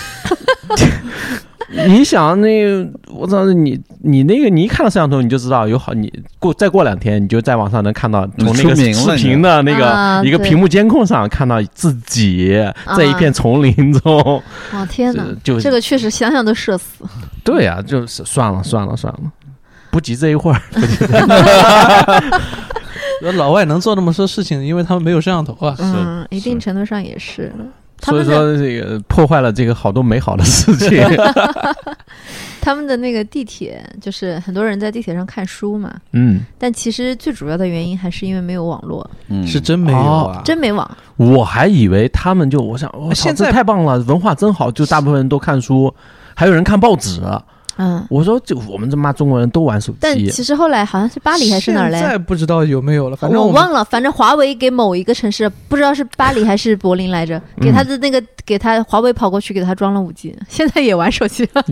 你想那个，我操，你你那个，你一看到摄像头，你就知道有好，你过再过两天，你就在网上能看到从那个视频的那个、 啊、 一个屏幕监控上看到自己在一片丛林中。 哇、啊、天哪， 就这个确实想想都社死。 对呀、啊，就是算了算了算了，不急这一会儿。 老外能做那么多事情，因为他们没有摄像头啊。 嗯，一定程度上也是。 所以说这个破坏了这个好多美好的事情。 他们的那个地铁，就是很多人在地铁上看书嘛， 嗯， 但其实最主要的原因还是因为没有网络， 嗯， 是真没有啊， 哦、 真没网。 我还以为他们就，我想，我现在太棒了，文化真好，就大部分人都看书，还有人看报纸。 嗯， 我说就我们这妈中国人都玩手机， 但其实后来好像是巴黎还是哪儿来， 现在不知道有没有了，反正我, 我忘了。反正华为给某一个城市，不知道是巴黎还是柏林来着，给他的那个、嗯、给他华为跑过去给他装了五 G， 现在也玩手机了。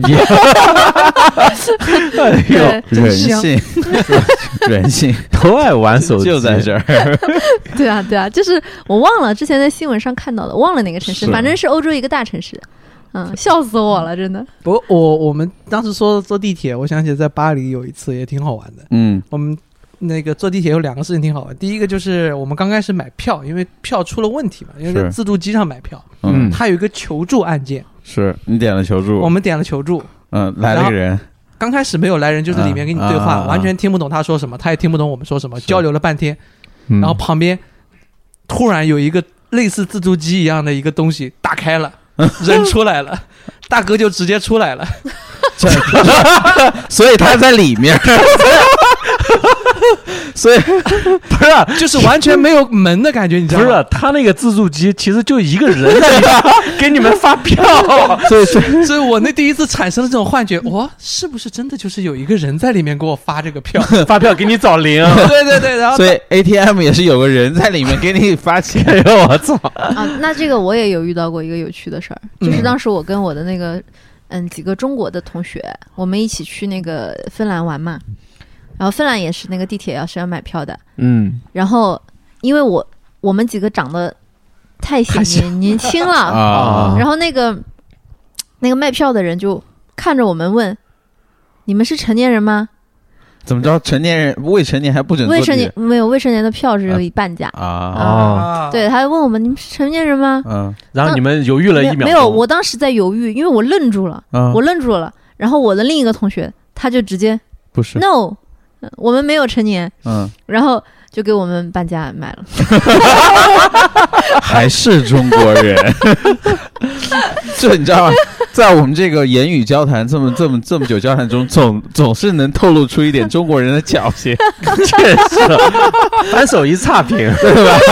哎呦， 人性，人性都爱玩手机， 就在这儿。 对啊，对啊，就是我忘了之前在新闻上看到的，忘了哪个城市，反正是欧洲一个大城市。嗯，笑死我了，真的。 不过我我们当时说坐地铁，我想起在巴黎有一次也挺好玩的。 嗯， 我们那个坐地铁有两个事情挺好玩。第一个就是我们刚开始买票，因为票出了问题嘛，因为在自助机上买票，嗯，它有一个求助按键， 是你点了求助， 我们点了求助， 嗯，来了个人。 刚开始没有来人，就是里面跟你对话， 嗯、 完全听不懂他说什么，他也听不懂我们说什么，交流了半天， 嗯、 然后旁边突然有一个类似自助机一样的一个东西打开了。人出来了，大哥就直接出来了， 所以他在里面， 所以不是， 就是完全没有门的感觉，你知道吗？ 不是，他那个自助机其实就一个人在里面给你们发票， 所以所以所以我那第一次产生了这种幻觉，哇，是不是真的就是有一个人在里面给我发这个票？ 发票给你找零。 对对对，然后所以 A T M 也是有个人在里面给你发钱。 哎呦我操！ 啊，那这个我也有遇到过一个有趣的事儿，就是当时我跟我的那个嗯几个中国的同学，我们一起去那个芬兰玩嘛，然后芬兰也是那个地铁要是要买票的， 嗯， 然后因为我我们几个长得太显年年轻了啊然后那个那个卖票的人就看着我们问：“你们是成年人吗？” 怎么着？成年人未成年还不准坐未地铁？ 成年没有未成年的票只有一半价啊啊， 对，他问我们：“你们是成年人吗？” 嗯然后你们犹豫了一秒钟， 没有，我当时在犹豫，因为我愣住了， 嗯， 我愣住了。然后我的另一个同学他就直接不是 no， 我们没有成年， 嗯， 然后就给我们半价买了。 还是中国人，这你知道吗？在我们这个言语交谈这么这么这么久交谈中，总总是能透露出一点中国人的侥幸， 确实反手一差评， 对吧？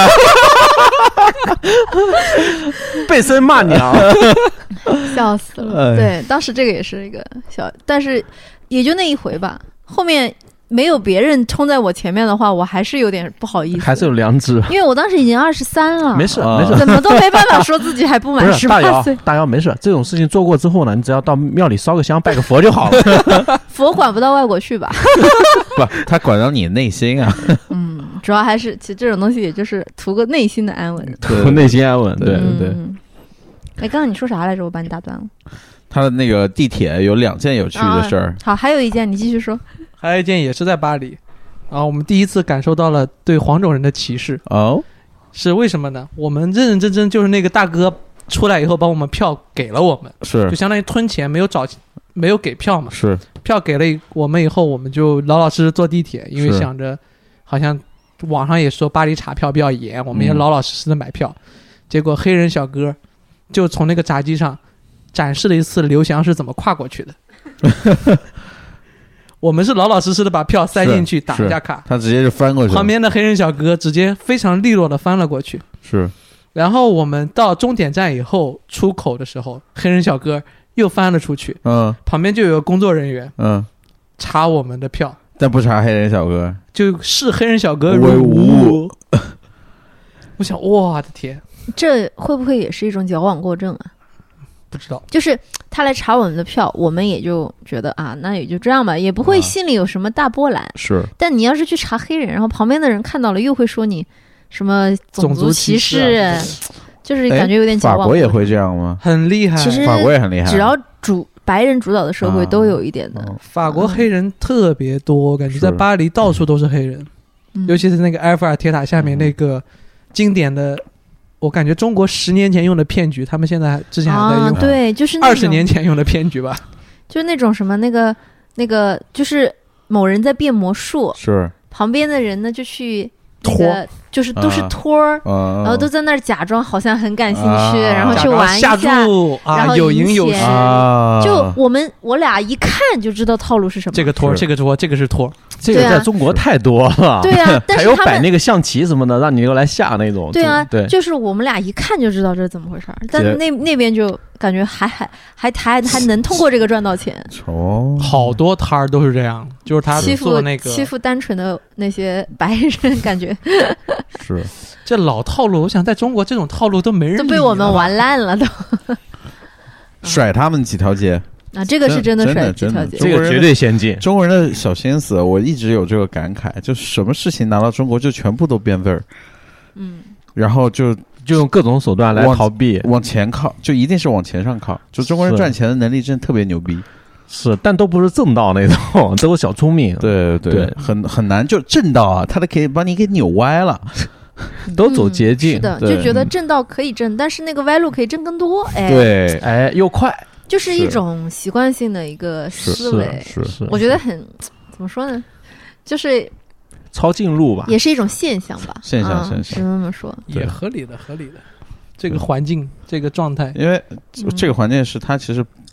背身骂娘， 笑死了。 哎对，当时这个也是一个小，但是也就那一回吧。后面没有别人冲在我前面的话，我还是有点不好意思， 还是有良知。 因为我当时已经二十三了， 没事啊没事， 怎么都没办法说自己还不不满十是大姚八岁。 大姚没事，这种事情做过之后呢，你只要到庙里烧个香拜个佛就好了。 佛管不到外国去吧？ 不，他管到你内心啊。 嗯，主要还是其实这种东西也就是图个内心的安稳。 图内心安稳，对对对。 嗯哎，刚刚你说啥来着？我把你打断了。 他的那个地铁有两件有趣的事儿、 啊。好，还有一件，你继续说。 还有一件也是在巴黎，然后我们第一次感受到了对黄种人的歧视。 哦， 是为什么呢？我们认认真真就是那个大哥出来以后把我们票给了我们， 是就相当于吞钱，没有找没有给票嘛。 是票给了我们以后，我们就老老实实坐地铁，因为想着好像网上也说巴黎查票比较严，我们也老老实实的买票。嗯、结果黑人小哥就从那个闸机上展示了一次刘翔是怎么跨过去的。我们是老老实实的把票塞进去，打一下卡， 他直接就翻过去了。 旁边的黑人小哥直接非常利落的翻了过去。 是， 然后我们到终点站以后出口的时候，黑人小哥又翻了出去。 嗯， 旁边就有个工作人员， 嗯， 查我们的票， 但不查黑人小哥， 就是黑人小哥为无物。 我想，我的天， 这会不会也是一种矫枉过正啊？ 不知道， 就是他来查我们的票，我们也就觉得啊，那也就这样吧，也不会心里有什么大波澜。啊、 是， 但你要是去查黑人，然后旁边的人看到了，又会说你什么种族歧视， 啊、 就是感觉有点矫枉过正。 法国也会这样吗？ 很厉害， 其实法国也很厉害。 只要主白人主导的社会都有一点的。 啊、 法国黑人特别多，感觉在巴黎到处都是黑人， 嗯、 尤其是那个埃菲尔铁塔下面那个经典的。我感觉中国十年前用的骗局，他们现在之前还在用。 啊、对，就是二十年前用的骗局吧。 就是那种什么那个那个，就是某人在变魔术， 是旁边的人呢就去那个，就是都是托儿， 啊、 然后都在那儿假装好像很感兴趣， 啊、 然后去玩一下， 下注啊、 然后有赢有失。 啊、 就我们我俩一看就知道套路是什么。 这个托，这个托，这个是托。 这个在中国太多了， 对啊，但是还有摆那个象棋什么的，让你又来下那种。 对啊， 对， 就是我们俩一看就知道这是怎么回事，但那那边就感觉还还还还还能通过这个赚到钱。 哦， 好多摊儿都是这样，就是他做那个欺负单纯的那些白人，感觉是这老套路。我想在中国这种套路都没人都被我们玩烂了，都甩他们几条街。 啊，这个是真的甩几条街， 这个绝对先进。 中国人的小心思，我一直有这个感慨，就什么事情拿到中国就全部都变味儿， 嗯， 然后就就用各种手段来逃避， 往前靠，就一定是往前上靠。就中国人赚钱的能力真的特别牛逼， 是，但都不是正道那种，都是小聪明。 对对对，很很难就正道啊，他都可以把你给扭歪了。 都走捷径、 嗯、是的，就觉得正道可以正，但是那个歪路可以正更多。哎， 对， 哎，又快。 就是一种习惯性的一个思维， 是 是, 是， 我觉得很怎么说呢，就是抄近路吧， 也是一种现象吧， 现象现象， 只能这么说， 也合理的，合理的。这个环境，这个状态， 因为这个环境是它其实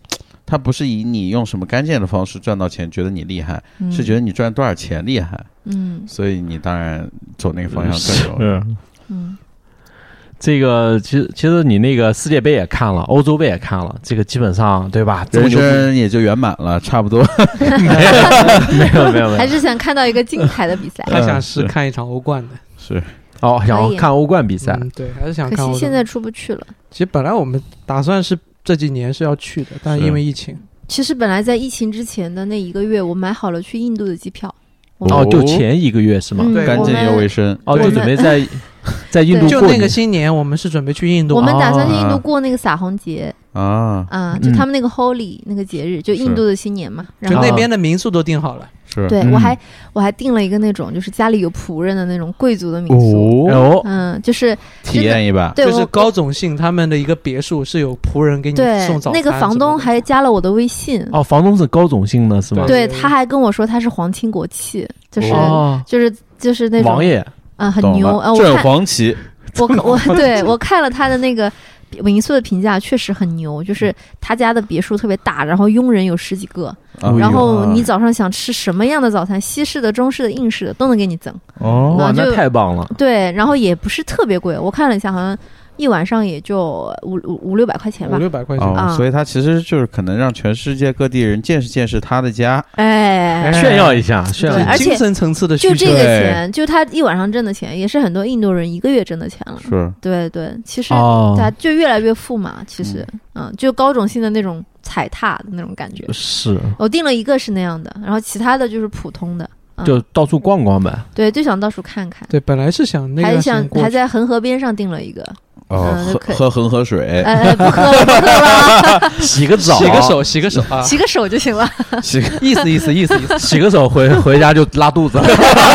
他不是以你用什么干净的方式赚到钱觉得你厉害， 嗯、 是觉得你赚多少钱厉害。 嗯， 所以你当然走那个方向更容易。 嗯， 这个其实其实你那个世界杯也看了，欧洲杯也看了，这个基本上对吧？ 人生也就圆满了，差不多。 没有没有没有， 还是想看到一个精彩的比赛。 他想是看一场欧冠的， 是哦，想看欧冠比赛、 嗯，对，还是想看欧冠。 可惜现在出不去了。 其实本来我们打算是这几年是要去的，但是因为疫情。 其实本来在疫情之前的那一个月，我买好了去印度的机票。 哦，就前一个月是吗？ 嗯、 干净又卫生。 哦，就准备在在印度过。 就那个新年，我们是准备去印度。 我们打算去印度过那个撒红节。 啊啊，就他们那个 Holy、嗯、那个节日，就印度的新年嘛。然后就那边的民宿都订好了。 是。 对、嗯、我还我还订了一个那种就是家里有仆人的那种贵族的民宿。 哦。 嗯，就是体验一把。 对， 就是高种姓他们的一个别墅是有仆人给你送早餐。 对，那个房东还加了我的微信。 哦，房东是高种姓的是吗？ 对，他还跟我说他是皇亲国戚，就是、哦、就是就是那种王爷。 嗯，很牛啊！ 正黄旗。 我我对我看了他的那个民宿的评价，确实很牛。就是他家的别墅特别大，然后佣人有十几个， 嗯、 然后你早上想吃什么样的早餐，西式的、中式的、印式的都能给你整。 哦，哇，那太棒了。 对，然后也不是特别贵，我看了一下，好像一晚上也就五五五六百块钱吧， 五六百块钱、 哦啊。所以他其实就是可能让全世界各地人见识见识他的家， 哎， 炫耀一下，炫耀一下。 而且精神层次的需求，就这个钱，就他一晚上挣的钱，也是很多印度人一个月挣的钱了。 是， 对对，其实他就越来越富嘛。其实， 嗯， 嗯就高种姓的那种踩踏的那种感觉。 是， 我订了一个是那样的，然后其他的就是普通的。 就到处逛逛呗。 对，就想到处看看。 对，本来是想那个， 还想还在恒河边上订了一个。 哦， 嗯、 喝喝恒河水， 哎哎，不喝了，不喝了， 洗个澡， 洗个手，洗个手啊， 洗个手就行了， 洗个意思意思意思意思， 洗个手回回家就拉肚子，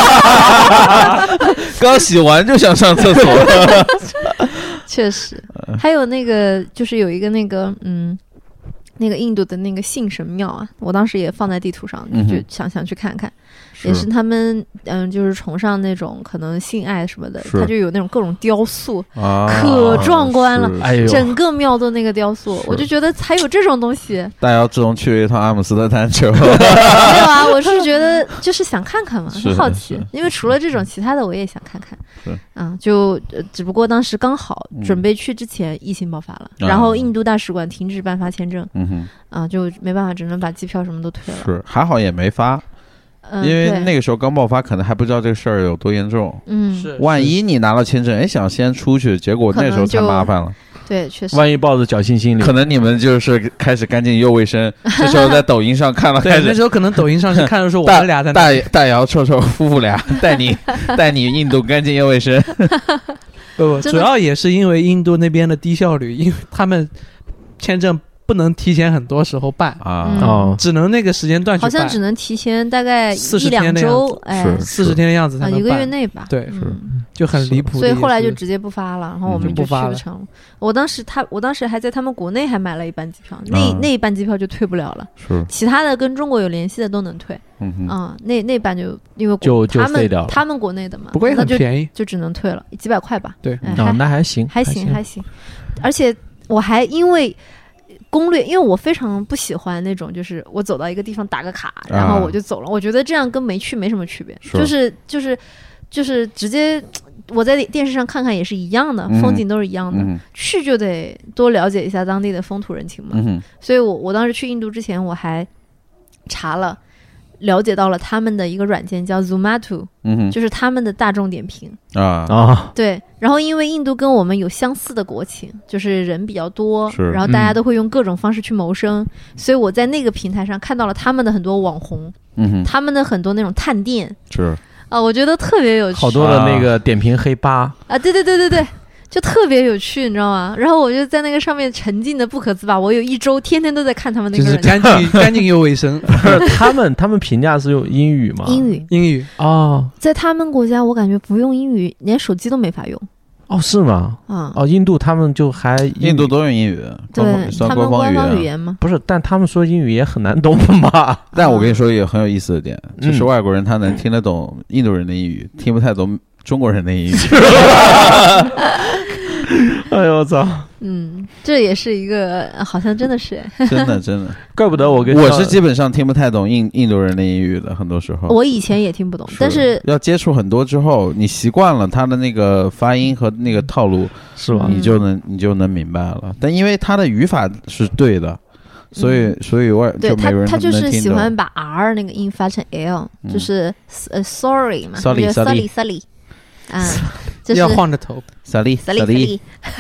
刚洗完就想上厕所了， 确实。还有那个就是有一个那个嗯。那个印度的那个性神庙啊，我当时也放在地图上，就想想去看看， 嗯、 也是他们嗯，就是崇尚那种可能性爱什么的，他就有那种各种雕塑， 啊、 可壮观了， 哎呦， 整个庙都那个雕塑，我就觉得还有这种东西。 大姚自从去了一趟阿姆斯特丹之后， 没有啊，我是觉得就是想看看嘛，很好奇，因为除了这种其他的我也想看看，啊，就、呃、只不过当时刚好准备去之前疫情爆发了，嗯、然后印度大使馆停止颁发签证。 嗯哼， 啊，就没办法，只能把机票什么都退了。 是，还好也没发， 嗯、 因为那个时候刚爆发，可能还不知道这个事儿有多严重。 嗯， 是。 万一你拿了签证，哎，想先出去，结果那时候才麻烦了。 对，确实。 万一抱着侥幸心理， 可能你们就是开始干净又卫生。这时候在抖音上看了， 对，那时候可能抖音上是看的说我们俩在大大姚臭臭夫妇俩带你带你印度干净又卫生。 不不，主要也是因为印度那边的低效率，因为他们签证。不能提前很多时候办啊， 嗯、 只能那个时间段去办， 好像只能提前大概一两周，哎， 四十天的样子才能办， 啊、一个月内吧。 对， 嗯、 是就很离谱。 所以后来就直接不发了，然后我们就去不成了。我当时他，我当时还在他们国内还买了一班机票，那、 嗯、 那一班机票就退不了了。 是， 其他的跟中国有联系的都能退。 嗯哼， 啊、嗯，那那班就因为就就他们掉了他们国内的嘛， 不过也很便宜， 就只能退了几百块吧。 对， 嗯、 哦，那还行， 还行还行，而且我还因为。攻略，因为我非常不喜欢那种，就是我走到一个地方打个卡，然后我就走了。啊、我觉得这样跟没去没什么区别， 是就是就是就是直接我在电视上看看也是一样的， 嗯、 风景都是一样的。 嗯、 去就得多了解一下当地的风土人情嘛。 嗯、 所以我我当时去印度之前，我还查了。了解到了他们的一个软件叫 Zomato， 嗯， 就是他们的大众点评啊啊， 对。然后因为印度跟我们有相似的国情，就是人比较多，然后大家都会用各种方式去谋生，嗯、所以我在那个平台上看到了他们的很多网红， 嗯， 他们的很多那种探店是啊，我觉得特别有趣， 好多的那个点评黑吧啊，对对对对对。就特别有趣，你知道吗？然后我就在那个上面沉浸的不可自拔。我有一周天天都在看他们那个， 就是干净干净又卫生。 他们他们评价是用英语吗？ 英语， 英语哦， 在他们国家我感觉不用英语，连手机都没法用。 哦，是吗？ 啊、 嗯，哦，印度他们就还印度都用英语， 对，他们官方语言吗？ 不是，但他们说英语也很难懂嘛。 但我跟你说一个很有意思的点，嗯、就是外国人他能听得懂印度人的英语，听不太懂中国人的英语。 哎呦我操！ 嗯，这也是一个，好像真的是， 真的真的， 怪不得我跟我是基本上听不太懂印印度人的英语的，很多时候。 我以前也听不懂，但是要接触很多之后，你习惯了他的那个发音和那个套路， 是吧？ 你就能你就能明白了。但因为他的语法是对的。所以， 嗯、 所以外对他，他就是喜欢把 R 那个音发成 L，、嗯、就是呃 sorry 嘛 ，sorry sorry sorry， 啊，就是要晃着头 ，sorry sorry，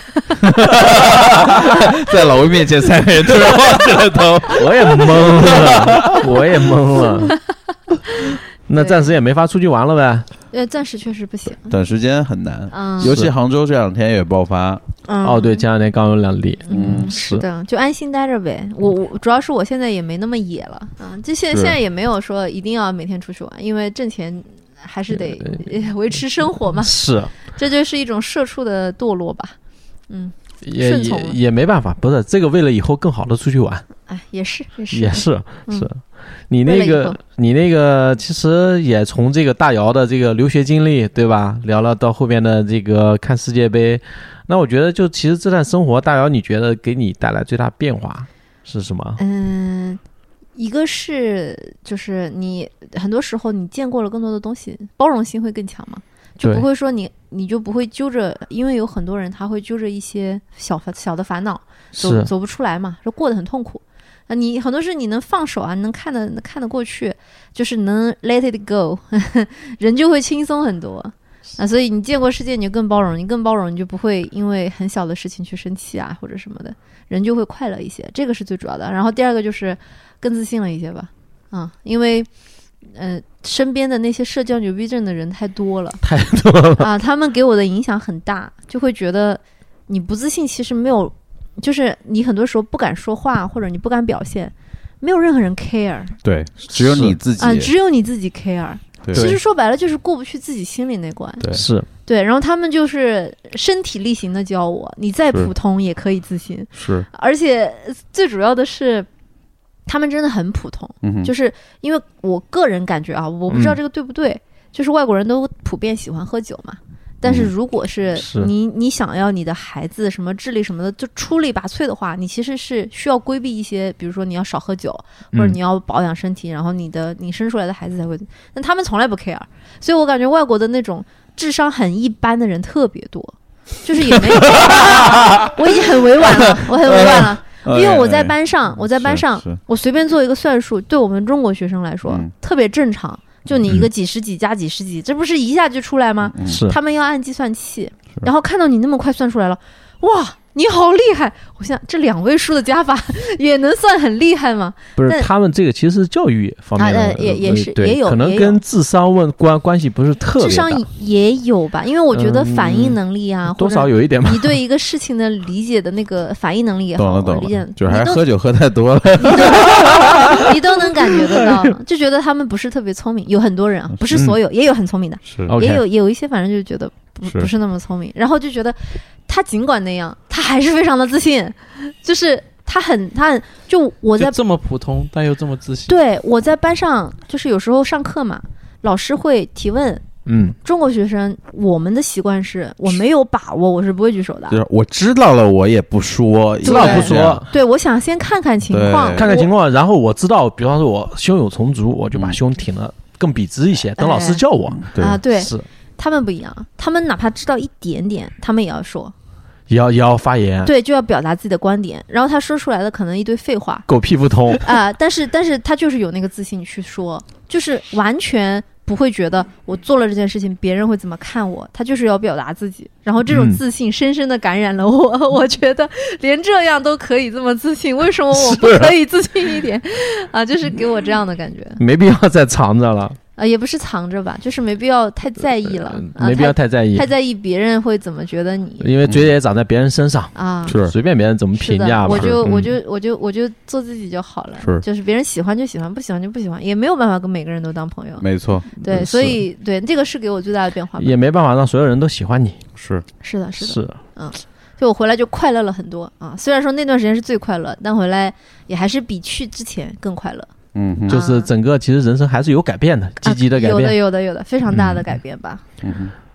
在老魏面前三个人突然晃着头， 我也懵了，我也懵了。那暂时也没法出去玩了呗？ 呃，暂时确实不行， 短时间很难， 嗯， 尤其杭州这两天也爆发。 嗯、 哦，对，前两天刚有两例， 嗯，是的，就安心待着呗。我我主要是我现在也没那么野了啊，这现现在也没有说一定要每天出去玩，因为挣钱还是得维持生活嘛。 是， 这就是一种社畜的堕落吧。嗯， 也也也没办法，不是这个为了以后更好的出去玩。 哎，也是也是也是、 嗯、 是。你那个你那个其实也从这个大姚的这个留学经历对吧，聊了到后边的这个看世界杯，那我觉得就其实这段生活，大姚你觉得给你带来最大变化是什么？ 嗯，一个是就是你很多时候你见过了更多的东西，包容性会更强嘛，就不会说你你就不会揪着，因为有很多人他会揪着一些小小的烦恼走走不出来嘛，就过得很痛苦。啊，你很多事你能放手啊，你能看得看得过去，就是能 let it go， 人就会轻松很多啊。所以你见过世界，你就更包容，你更包容，你就不会因为很小的事情去生气啊或者什么的，人就会快乐一些，这个是最主要的。然后第二个就是更自信了一些吧，啊，因为呃身边的那些社交牛逼症的人太多了， 太多了啊，他们给我的影响很大，就会觉得你不自信其实没有。就是你很多时候不敢说话，或者你不敢表现，没有任何人 care。 对，只有你自己啊，只有你自己 care。 对， 其实说白了就是过不去自己心里那关。 对， 是。 对，然后他们就是身体力行的教我，你再普通也可以自信。 是。 而且最主要的是，他们真的很普通。 嗯， 就是因为我个人感觉啊，我不知道这个对不对，嗯、就是外国人都普遍喜欢喝酒嘛。但是如果是你、嗯、你想要你的孩子什么智力什么的就出类拔萃的话，你其实是需要规避一些，比如说你要少喝酒，或者你要保养身体，嗯、然后你的你生出来的孩子才会。但他们从来不 care， 所以我感觉外国的那种智商很一般的人特别多，就是也没有。我已经很委婉了，我很委婉了，因为我在班上，我在班上，我随便做一个算术，对我们中国学生来说、嗯、特别正常。就你一个几十几加几十几、嗯、这不是一下就出来吗？ 是他们要按计算器，然后看到你那么快算出来了，哇你好厉害！我想这两位数的加法也能算很厉害吗？ 不是，他们这个其实是教育方面的， 啊、也也是对也有， 可能跟智商问关关系不是特别大。 智商也有吧，因为我觉得反应能力啊， 嗯、多少有一点吧。 你对一个事情的理解的那个反应能力也好， 懂了懂了， 就还是喝酒喝太多了， 你都能感觉得到，就觉得他们不是特别聪明。有很多人啊，不是所有，嗯、也有很聪明的， 是也有也有一些，反正就觉得不不是那么聪明，然后就觉得。他尽管那样，他还是非常的自信，就是他很他很就我在就这么普通，但又这么自信。 对，我在班上就是有时候上课嘛，老师会提问， 嗯， 中国学生我们的习惯是我没有把握，我是不会举手的。 就是我知道了，我也不说， 知道不说。 对，我想先看看情况， 看看情况，然后我知道，比方说我胸有成竹，我就把胸挺得更笔直一些，等老师叫我。 哎、啊，对， 是。 他们不一样，他们哪怕知道一点点，他们也要说， 也要也要发言， 对，就要表达自己的观点。然后他说出来的可能一堆废话， 狗屁不通啊、呃！但是但是他就是有那个自信去说，就是完全不会觉得我做了这件事情别人会怎么看我，他就是要表达自己。然后这种自信深深的感染了我，嗯、我觉得连这样都可以这么自信，为什么我不可以自信一点啊？就是给我这样的感觉， 没必要再藏着了。 啊，也不是藏着吧，就是没必要太在意了， 呃、没必要太在意、 啊太，太在意别人会怎么觉得你， 因为嘴也长在别人身上啊， 是随便别人怎么评价吧。 我就、 嗯、 我就我就我就做自己就好了， 是就是别人喜欢就喜欢，不喜欢就不喜欢，也没有办法跟每个人都当朋友。 没错， 对，所以对这个是给我最大的变化吧， 也没办法让所有人都喜欢你。 是是的，是的， 是嗯。就我回来就快乐了很多啊，虽然说那段时间是最快乐，但回来也还是比去之前更快乐。 嗯， 就是整个其实人生还是有改变的，积极的改变， 啊、有的有的有的，非常大的改变吧。 嗯，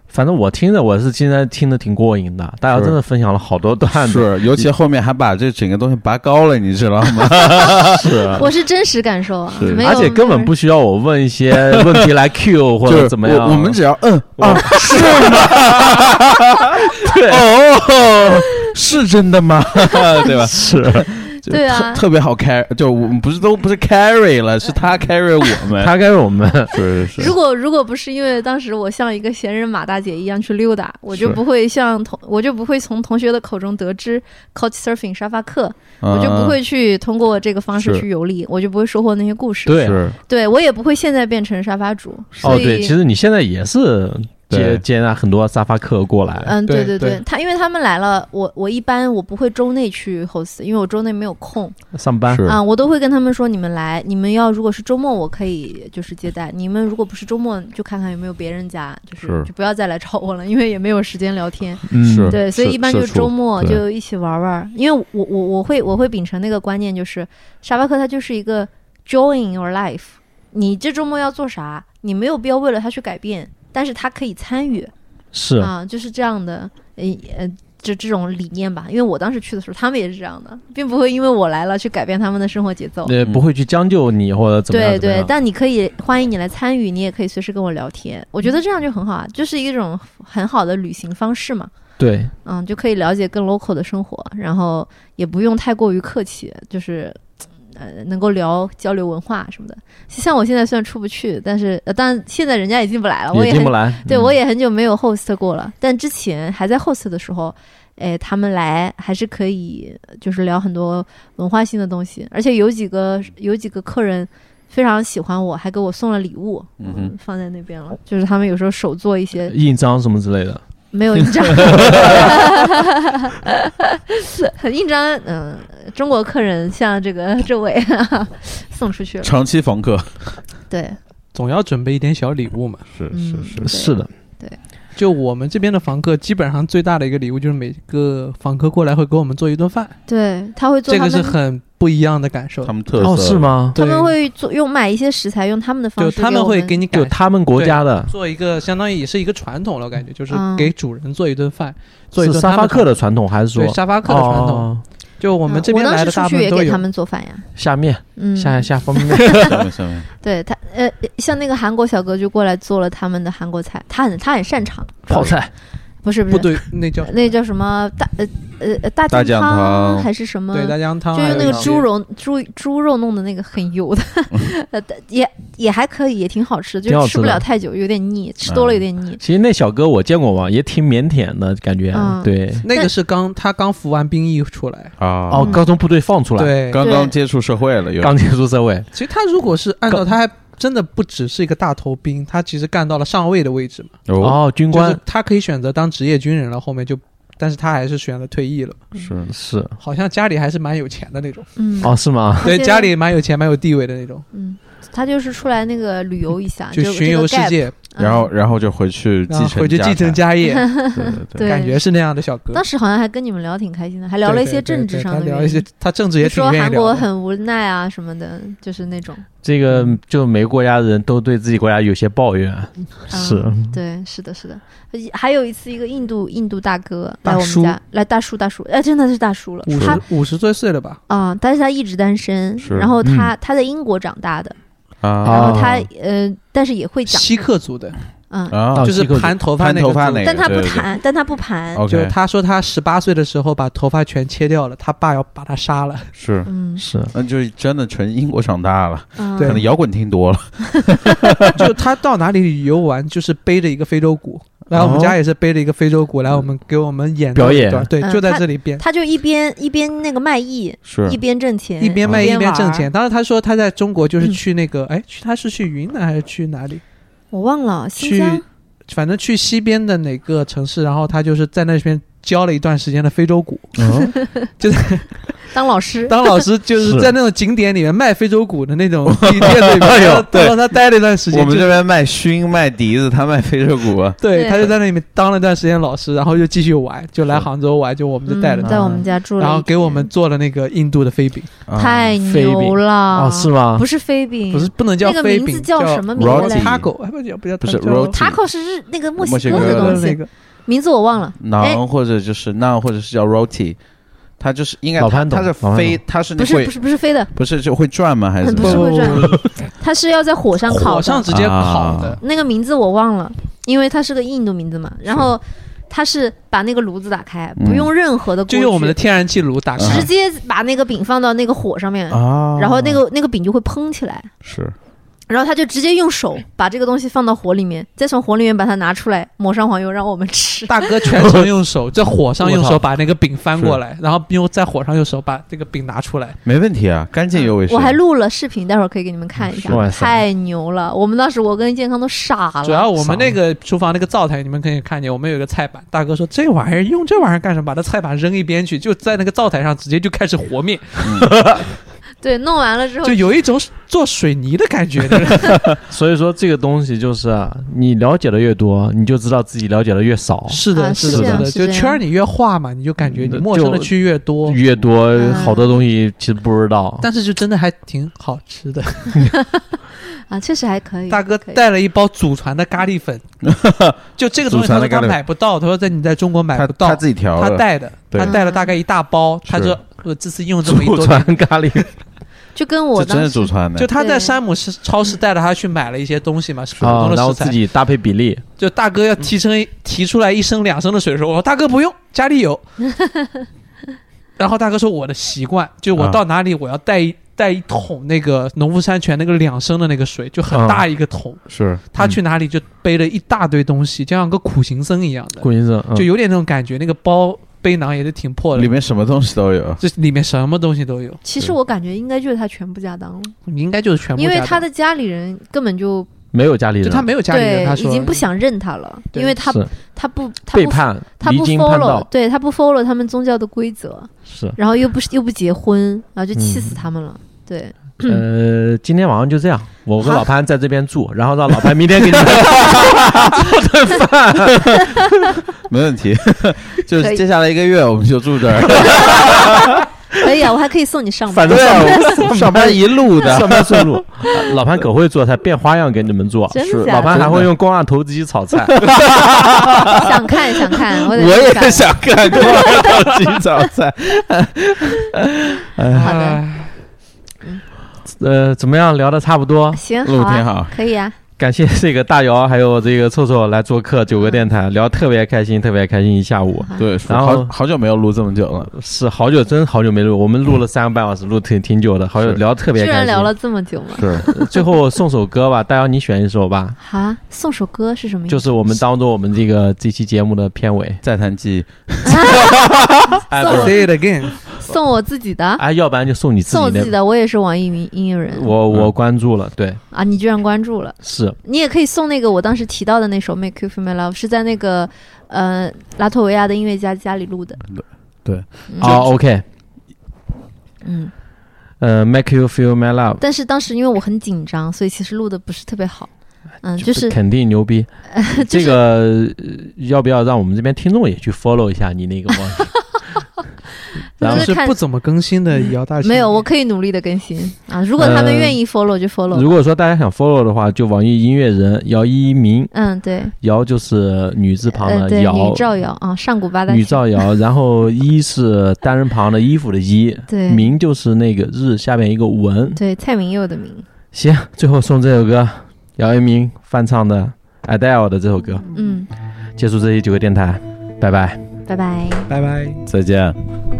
反正我听着我是现在听得挺过瘾的，大家真的分享了好多段子， 是，尤其后面还把这整个东西拔高了，你知道吗？ 是， 我是真实感受啊，没有， 而且根本不需要我问一些问题来 Q 或者怎么样， 我, 我们只要嗯啊是吗？对哦，是真的吗？对吧？ 是。 对啊， 特别好 carry， 就我们不是都不是 carry 了，是他 carry 我们， 他 carry 我们， 是是。 如果如果不是因为当时我像一个闲人马大姐一样去溜达，我就不会像同我就不会从同学的口中得知 Couchsurfing 沙发客， 嗯、 我就不会去通过这个方式去游历，我就不会收获那些故事。 对， 对我也不会现在变成沙发主。 哦，对，其实你现在也是。接接纳很多沙发客过来， 嗯，对对对， 他因为他们来了，我我一般我不会周内去 host， 因为我周内没有空上班啊，我都会跟他们说，你们来，你们要如果是周末我可以就是接待，你们如果不是周末就看看有没有别人家，就是就不要再来找我了，因为也没有时间聊天， 嗯， 对，所以一般就周末就一起玩玩，因为我我我会我会秉承那个观念，就是沙发客它就是一个 joy in your life， 你这周末要做啥，你没有必要为了它去改变，但是它可以参与。 是啊，就是这样的，呃呃，就这种理念吧。因为我当时去的时候，他们也是这样的，并不会因为我来了去改变他们的生活节奏， 也不会去将就你或者怎么样。 对对，但你可以欢迎你来参与，你也可以随时跟我聊天。我觉得这样就很好啊，就是一种很好的旅行方式嘛。 对， 嗯，就可以了解更 local 的生活，然后也不用太过于客气，就是。呃，能够聊交流文化什么的，像我现在虽然出不去，但是呃，但现在人家也进不来了，我也进不来， 对、嗯、我也很久没有 host 过了。但之前还在 host 的时候，哎，他们来还是可以，就是聊很多文化性的东西，而且有几个有几个客人非常喜欢我，还给我送了礼物， 嗯哼， 放在那边了，就是他们有时候手做一些印章什么之类的。 没有印章，印章，嗯、呃，中国客人像这个这位送出去了， 长期房客， 对， 总要准备一点小礼物嘛， 是是是、 嗯、 是的， 对。 就我们这边的房客，基本上最大的一个礼物就是每个房客过来会给我们做一顿饭， 对，他会做他们，这个是很不一样的感受， 他们特色、 哦、是吗？ 他们会做用买一些食材，用他们的方式， 就他们会给你就他们国家的做一个，相当于也是一个传统了，感觉就是给主人做一顿饭，嗯、做一顿是沙发客的传统还是说对沙发客的传统？哦就我们这边来的大部分都有、嗯、我当时出去也给他们做饭呀， 下面， 嗯， 下下方面， 下面下面。 对他，呃，像那个韩国小哥就过来做了他们的韩国菜，他很他很擅长泡菜， 不是不是， 不对，那叫那叫什么大呃呃大酱汤, 汤还是什么？ 对，大酱汤， 就用那个猪肉猪猪肉弄的那个很油的，呃，也也还可以，也挺好吃，就吃不了太久，有点腻，吃多了有点腻。 其实那小哥我见过嘛，也挺腼腆的感觉， 嗯、 对， 那个是刚他刚服完兵役出来啊， 哦，刚从部队放出来， 对， 刚刚接触社会了， 刚接触社会。 其实他如果是按照他还。真的不只是一个大头兵，他其实干到了上尉的位置嘛。 哦，军官， 就是他可以选择当职业军人了，后面就，但是他还是选择退役了。 是是， 好像家里还是蛮有钱的那种。 嗯， 哦，是吗？ 对，家里蛮有钱、蛮有地位的那种。 嗯，他就是出来那个旅游一下， 就巡游世界， 然后然后就回去继承， 回去继承家业。 对对对， 感觉是那样的小哥。 当时好像还跟你们聊挺开心的，还聊了一些政治上的， 对对对对他聊一些，他政治也挺愿意聊的。 说韩国很无奈啊什么的，就是那种。 这个就每个国家的人都对自己国家有些抱怨， 嗯、 是， 对，是的，是的。还有一次，一个印度印度大哥来我们家，来大叔大叔，哎，真的是大叔了， 五十五十岁岁了吧？ 啊、嗯，但是他一直单身，然后他、嗯、他在英国长大的， 啊， 然后他呃，但是也会讲锡克族的。 嗯、 啊， 就是盘头发那个， 但他不盘，但他不盘。 就他说他十八岁的时候把头发全切掉了，他爸要把他杀了。 是， 嗯， 是， 那就真的纯英国长大了， 嗯、 可能摇滚听多了。 就他到哪里旅游玩，就是背着一个非洲鼓。来我们家也是背着一个非洲鼓，来我们给我们演表演， 对，就在这里编。 他就一边一边那个卖艺， 是一边挣钱， 一边卖艺一边挣钱。当时他说他在中国就是去那个，哎，去他是去云南还是去哪里？ 我忘了，新疆。 反正去西边的哪个城市，然后他就是在那边教了一段时间的非洲鼓， 嗯， 就在当老师， 当老师就是是在那种景点里面卖非洲鼓的那种地店里面， 哎呦对让他待了一段时间。 我们这边卖熏卖笛子，他卖非洲鼓啊。 对， 对他就在那里面当了一段时间老师，然后就继续玩，就来杭州玩，就我们就带着嗯、 他， 在我们家住了一天， 然后给我们做了那个印度的飞饼， 啊太飞饼牛了， 哦，是吗不？是飞饼， 不是不能叫那个飞饼， 名字叫什么名字 Roti 来着？ ？taco，哎不叫不叫不是叫 roti taco 是日那个墨墨西哥西哥的的东西， 那个名字我忘了。哎馕或者就是馕或者是叫 roti，它就是应该老潘懂它是老潘飞， 懂它是那会不是不是不是飞的， 不是就会转吗？还是怎么样？ 不是会转，它是要在火上烤火上的。 直接烤的啊， 那个名字我忘了，因为它是个印度名字嘛。然后它是把那个炉子打开， 嗯不用任何的锅具， 就用我们的天然气炉打啊开直，接把那个饼放到那个火上面， 啊， 然后那个那个饼就会蓬起来。 是然后他就直接用手把这个东西放到火里面，再从火里面把它拿出来，抹上黄油让我们吃。 大哥全程用手在火上用我操手把那个饼翻过来，然后用在火上用手把这个饼拿出来。 没问题啊，干净又卫生。 我还录了视频，待会儿可以给你们看一下哇，塞太牛了！我们当时我跟健康都傻了。 主要我们那个厨房那个灶台，你们可以看见，我们有一个菜板。大哥说这玩意儿用这玩意儿干什么？把那菜板扔一边去，就在那个灶台上直接就开始和面， 对，弄完了之后就有一种做水泥的感觉。 所以说这个东西就是啊，你了解的越多，你就知道自己了解的越少， 是的， 啊是的， 是这样的，就是这样圈儿你越画嘛，你就感觉你陌生的区越多。 越多嗯好多东西其实不知道。 但是就真的还挺好吃的。 啊，确实还可以。 大哥可以带了一包祖传的咖喱粉，就这个东西他说他买不到，他说在你在中国买不到， 他他自己调的， 他带的， 对他带了大概一大包，他是说我这次用这么一祖多传咖喱， 就跟我这真是当时祖传的。 就他在对山姆市超市带着他去买了一些东西嘛，是普啊通，的食材。 然后自己搭配比例， 就大哥要提升提出来一升两升的水的时候，我说大哥不用，家里有。然后大哥说我的习惯，就我到哪里我要带一带一桶那个农夫山泉那个两升的那个水，就很大一个桶。 是他去哪里就背了一大堆东西，就像个苦行僧一样的， 顾先生，嗯就有点那种感觉。那个包背囊也是挺破的， 里面什么东西都有。 这里面什么东西都有， 其实我感觉应该就是他全部家当了， 应该就是全部家当。 因为他的家里人根本就没有家里人， 就他没有家里人， 对他说已经不想认他了， 对因为他是他不他不背叛，离他不经叛 follow， 道， 对他不 follow 他们宗教的规则， 是。 然后又不是又不结婚，然后就气死嗯他们了。对， 呃，今天晚上就这样，我和老潘在这边住，然后让老潘明天给你们做顿饭。 没问题，就可以是接下来一个月我们就住这儿。 可以啊，我还可以送你上班反。正对上啊，上班一路的。 上班顺路。呃老潘可会做菜，变花样给你们做。 真的假的是老潘还会用光暗投资机炒菜。 想看想看，我得我也去看想看过来鸡早餐。 好的， 哎呃，怎么样？聊的差不多， 行， 录好啊， 挺好， 可以啊。 感谢这个大姚还有这个臭臭来做客九个电台，聊特别开心，特别开心一下午。 对， 然后好好久没有录这么久了。 是好久，真好久没录，我们录了三个半小时，录挺挺久的，好久是聊得特别开心。 居然聊了这么久吗？ 是最后送首歌吧，大姚你选一首吧， 啊，送首歌是什么意思？ 就是我们当做我们这个这期节目的片尾。 再谈记， 哎， 送我不是， ，say it again， 送我自己的， 哎，要不然就送你自己的。 送我自己的，我也是网易云音乐人。 我我关注了，对， 啊，你居然关注了， 是你也可以送那个我当时提到的那首《Make You Feel My Love》，是在那个呃拉脱维亚的音乐家家里录的。 对嗯哦，OK， 嗯， 呃，Make You Feel My Love， 但是当时因为我很紧张，所以其实录的不是特别好。嗯，就是肯定牛逼。 就是这个呃要不要让我们这边听众也去 follow 一下你那个网址？然后就是看是不怎么更新的姚大没有，我可以努力的更新啊。如果他们愿意 follow 就 follow。 如果说大家想 follow 的话，就网易音乐人姚一鸣， 嗯，对， 姚就是女字旁呃，对， 的姚， 女造谣啊，上古八大女全造谣，然后一是单人旁的衣服的衣， 对鸣就是那个日下面一个文。 对蔡明佑的名。 行，最后送这首歌，姚一鸣翻唱的 Adele 的这首歌， 嗯， 结束这一九个电台，拜拜。 拜拜。 拜拜。 再见。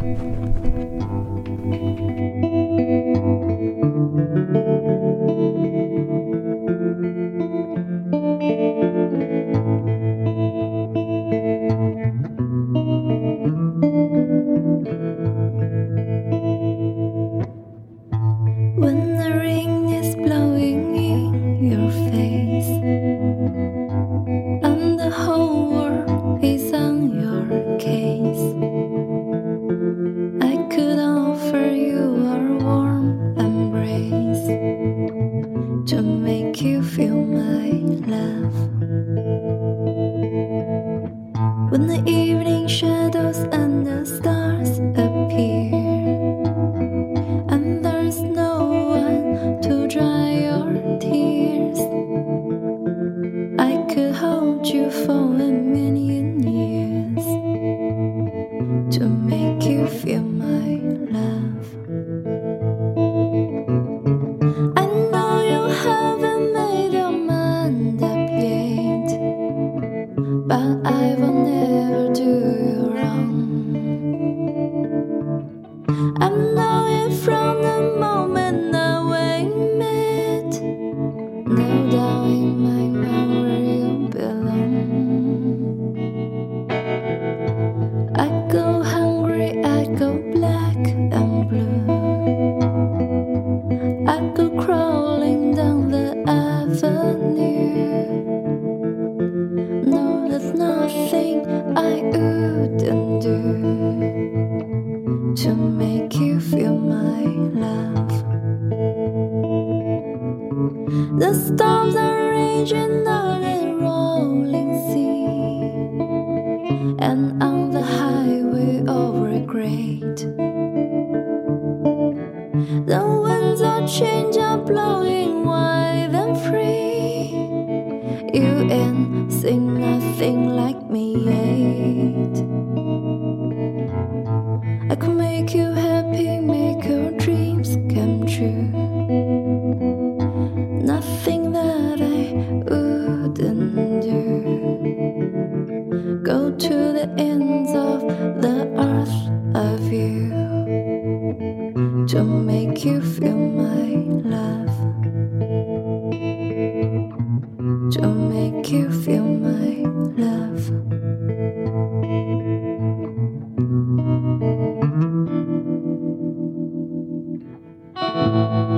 When the rain is blowing in your face and the whole world is on your case, know it from the moment that we met. No doubt in my mind where you belong. I go hungry, I go black and blue. I go crawling down the avenue. No, there's nothing I wouldn't do to make you feel my love. The storms are raging on a rolling sea, and on the highway of regret, the winds of change are blowing wide and free. You ain't seen nothing like me yet. I could make you happy, make your dreams come true. Nothing that I wouldn't do. Go to the ends of the earth of you to make you feel my love. To make you feel my love. Thank you.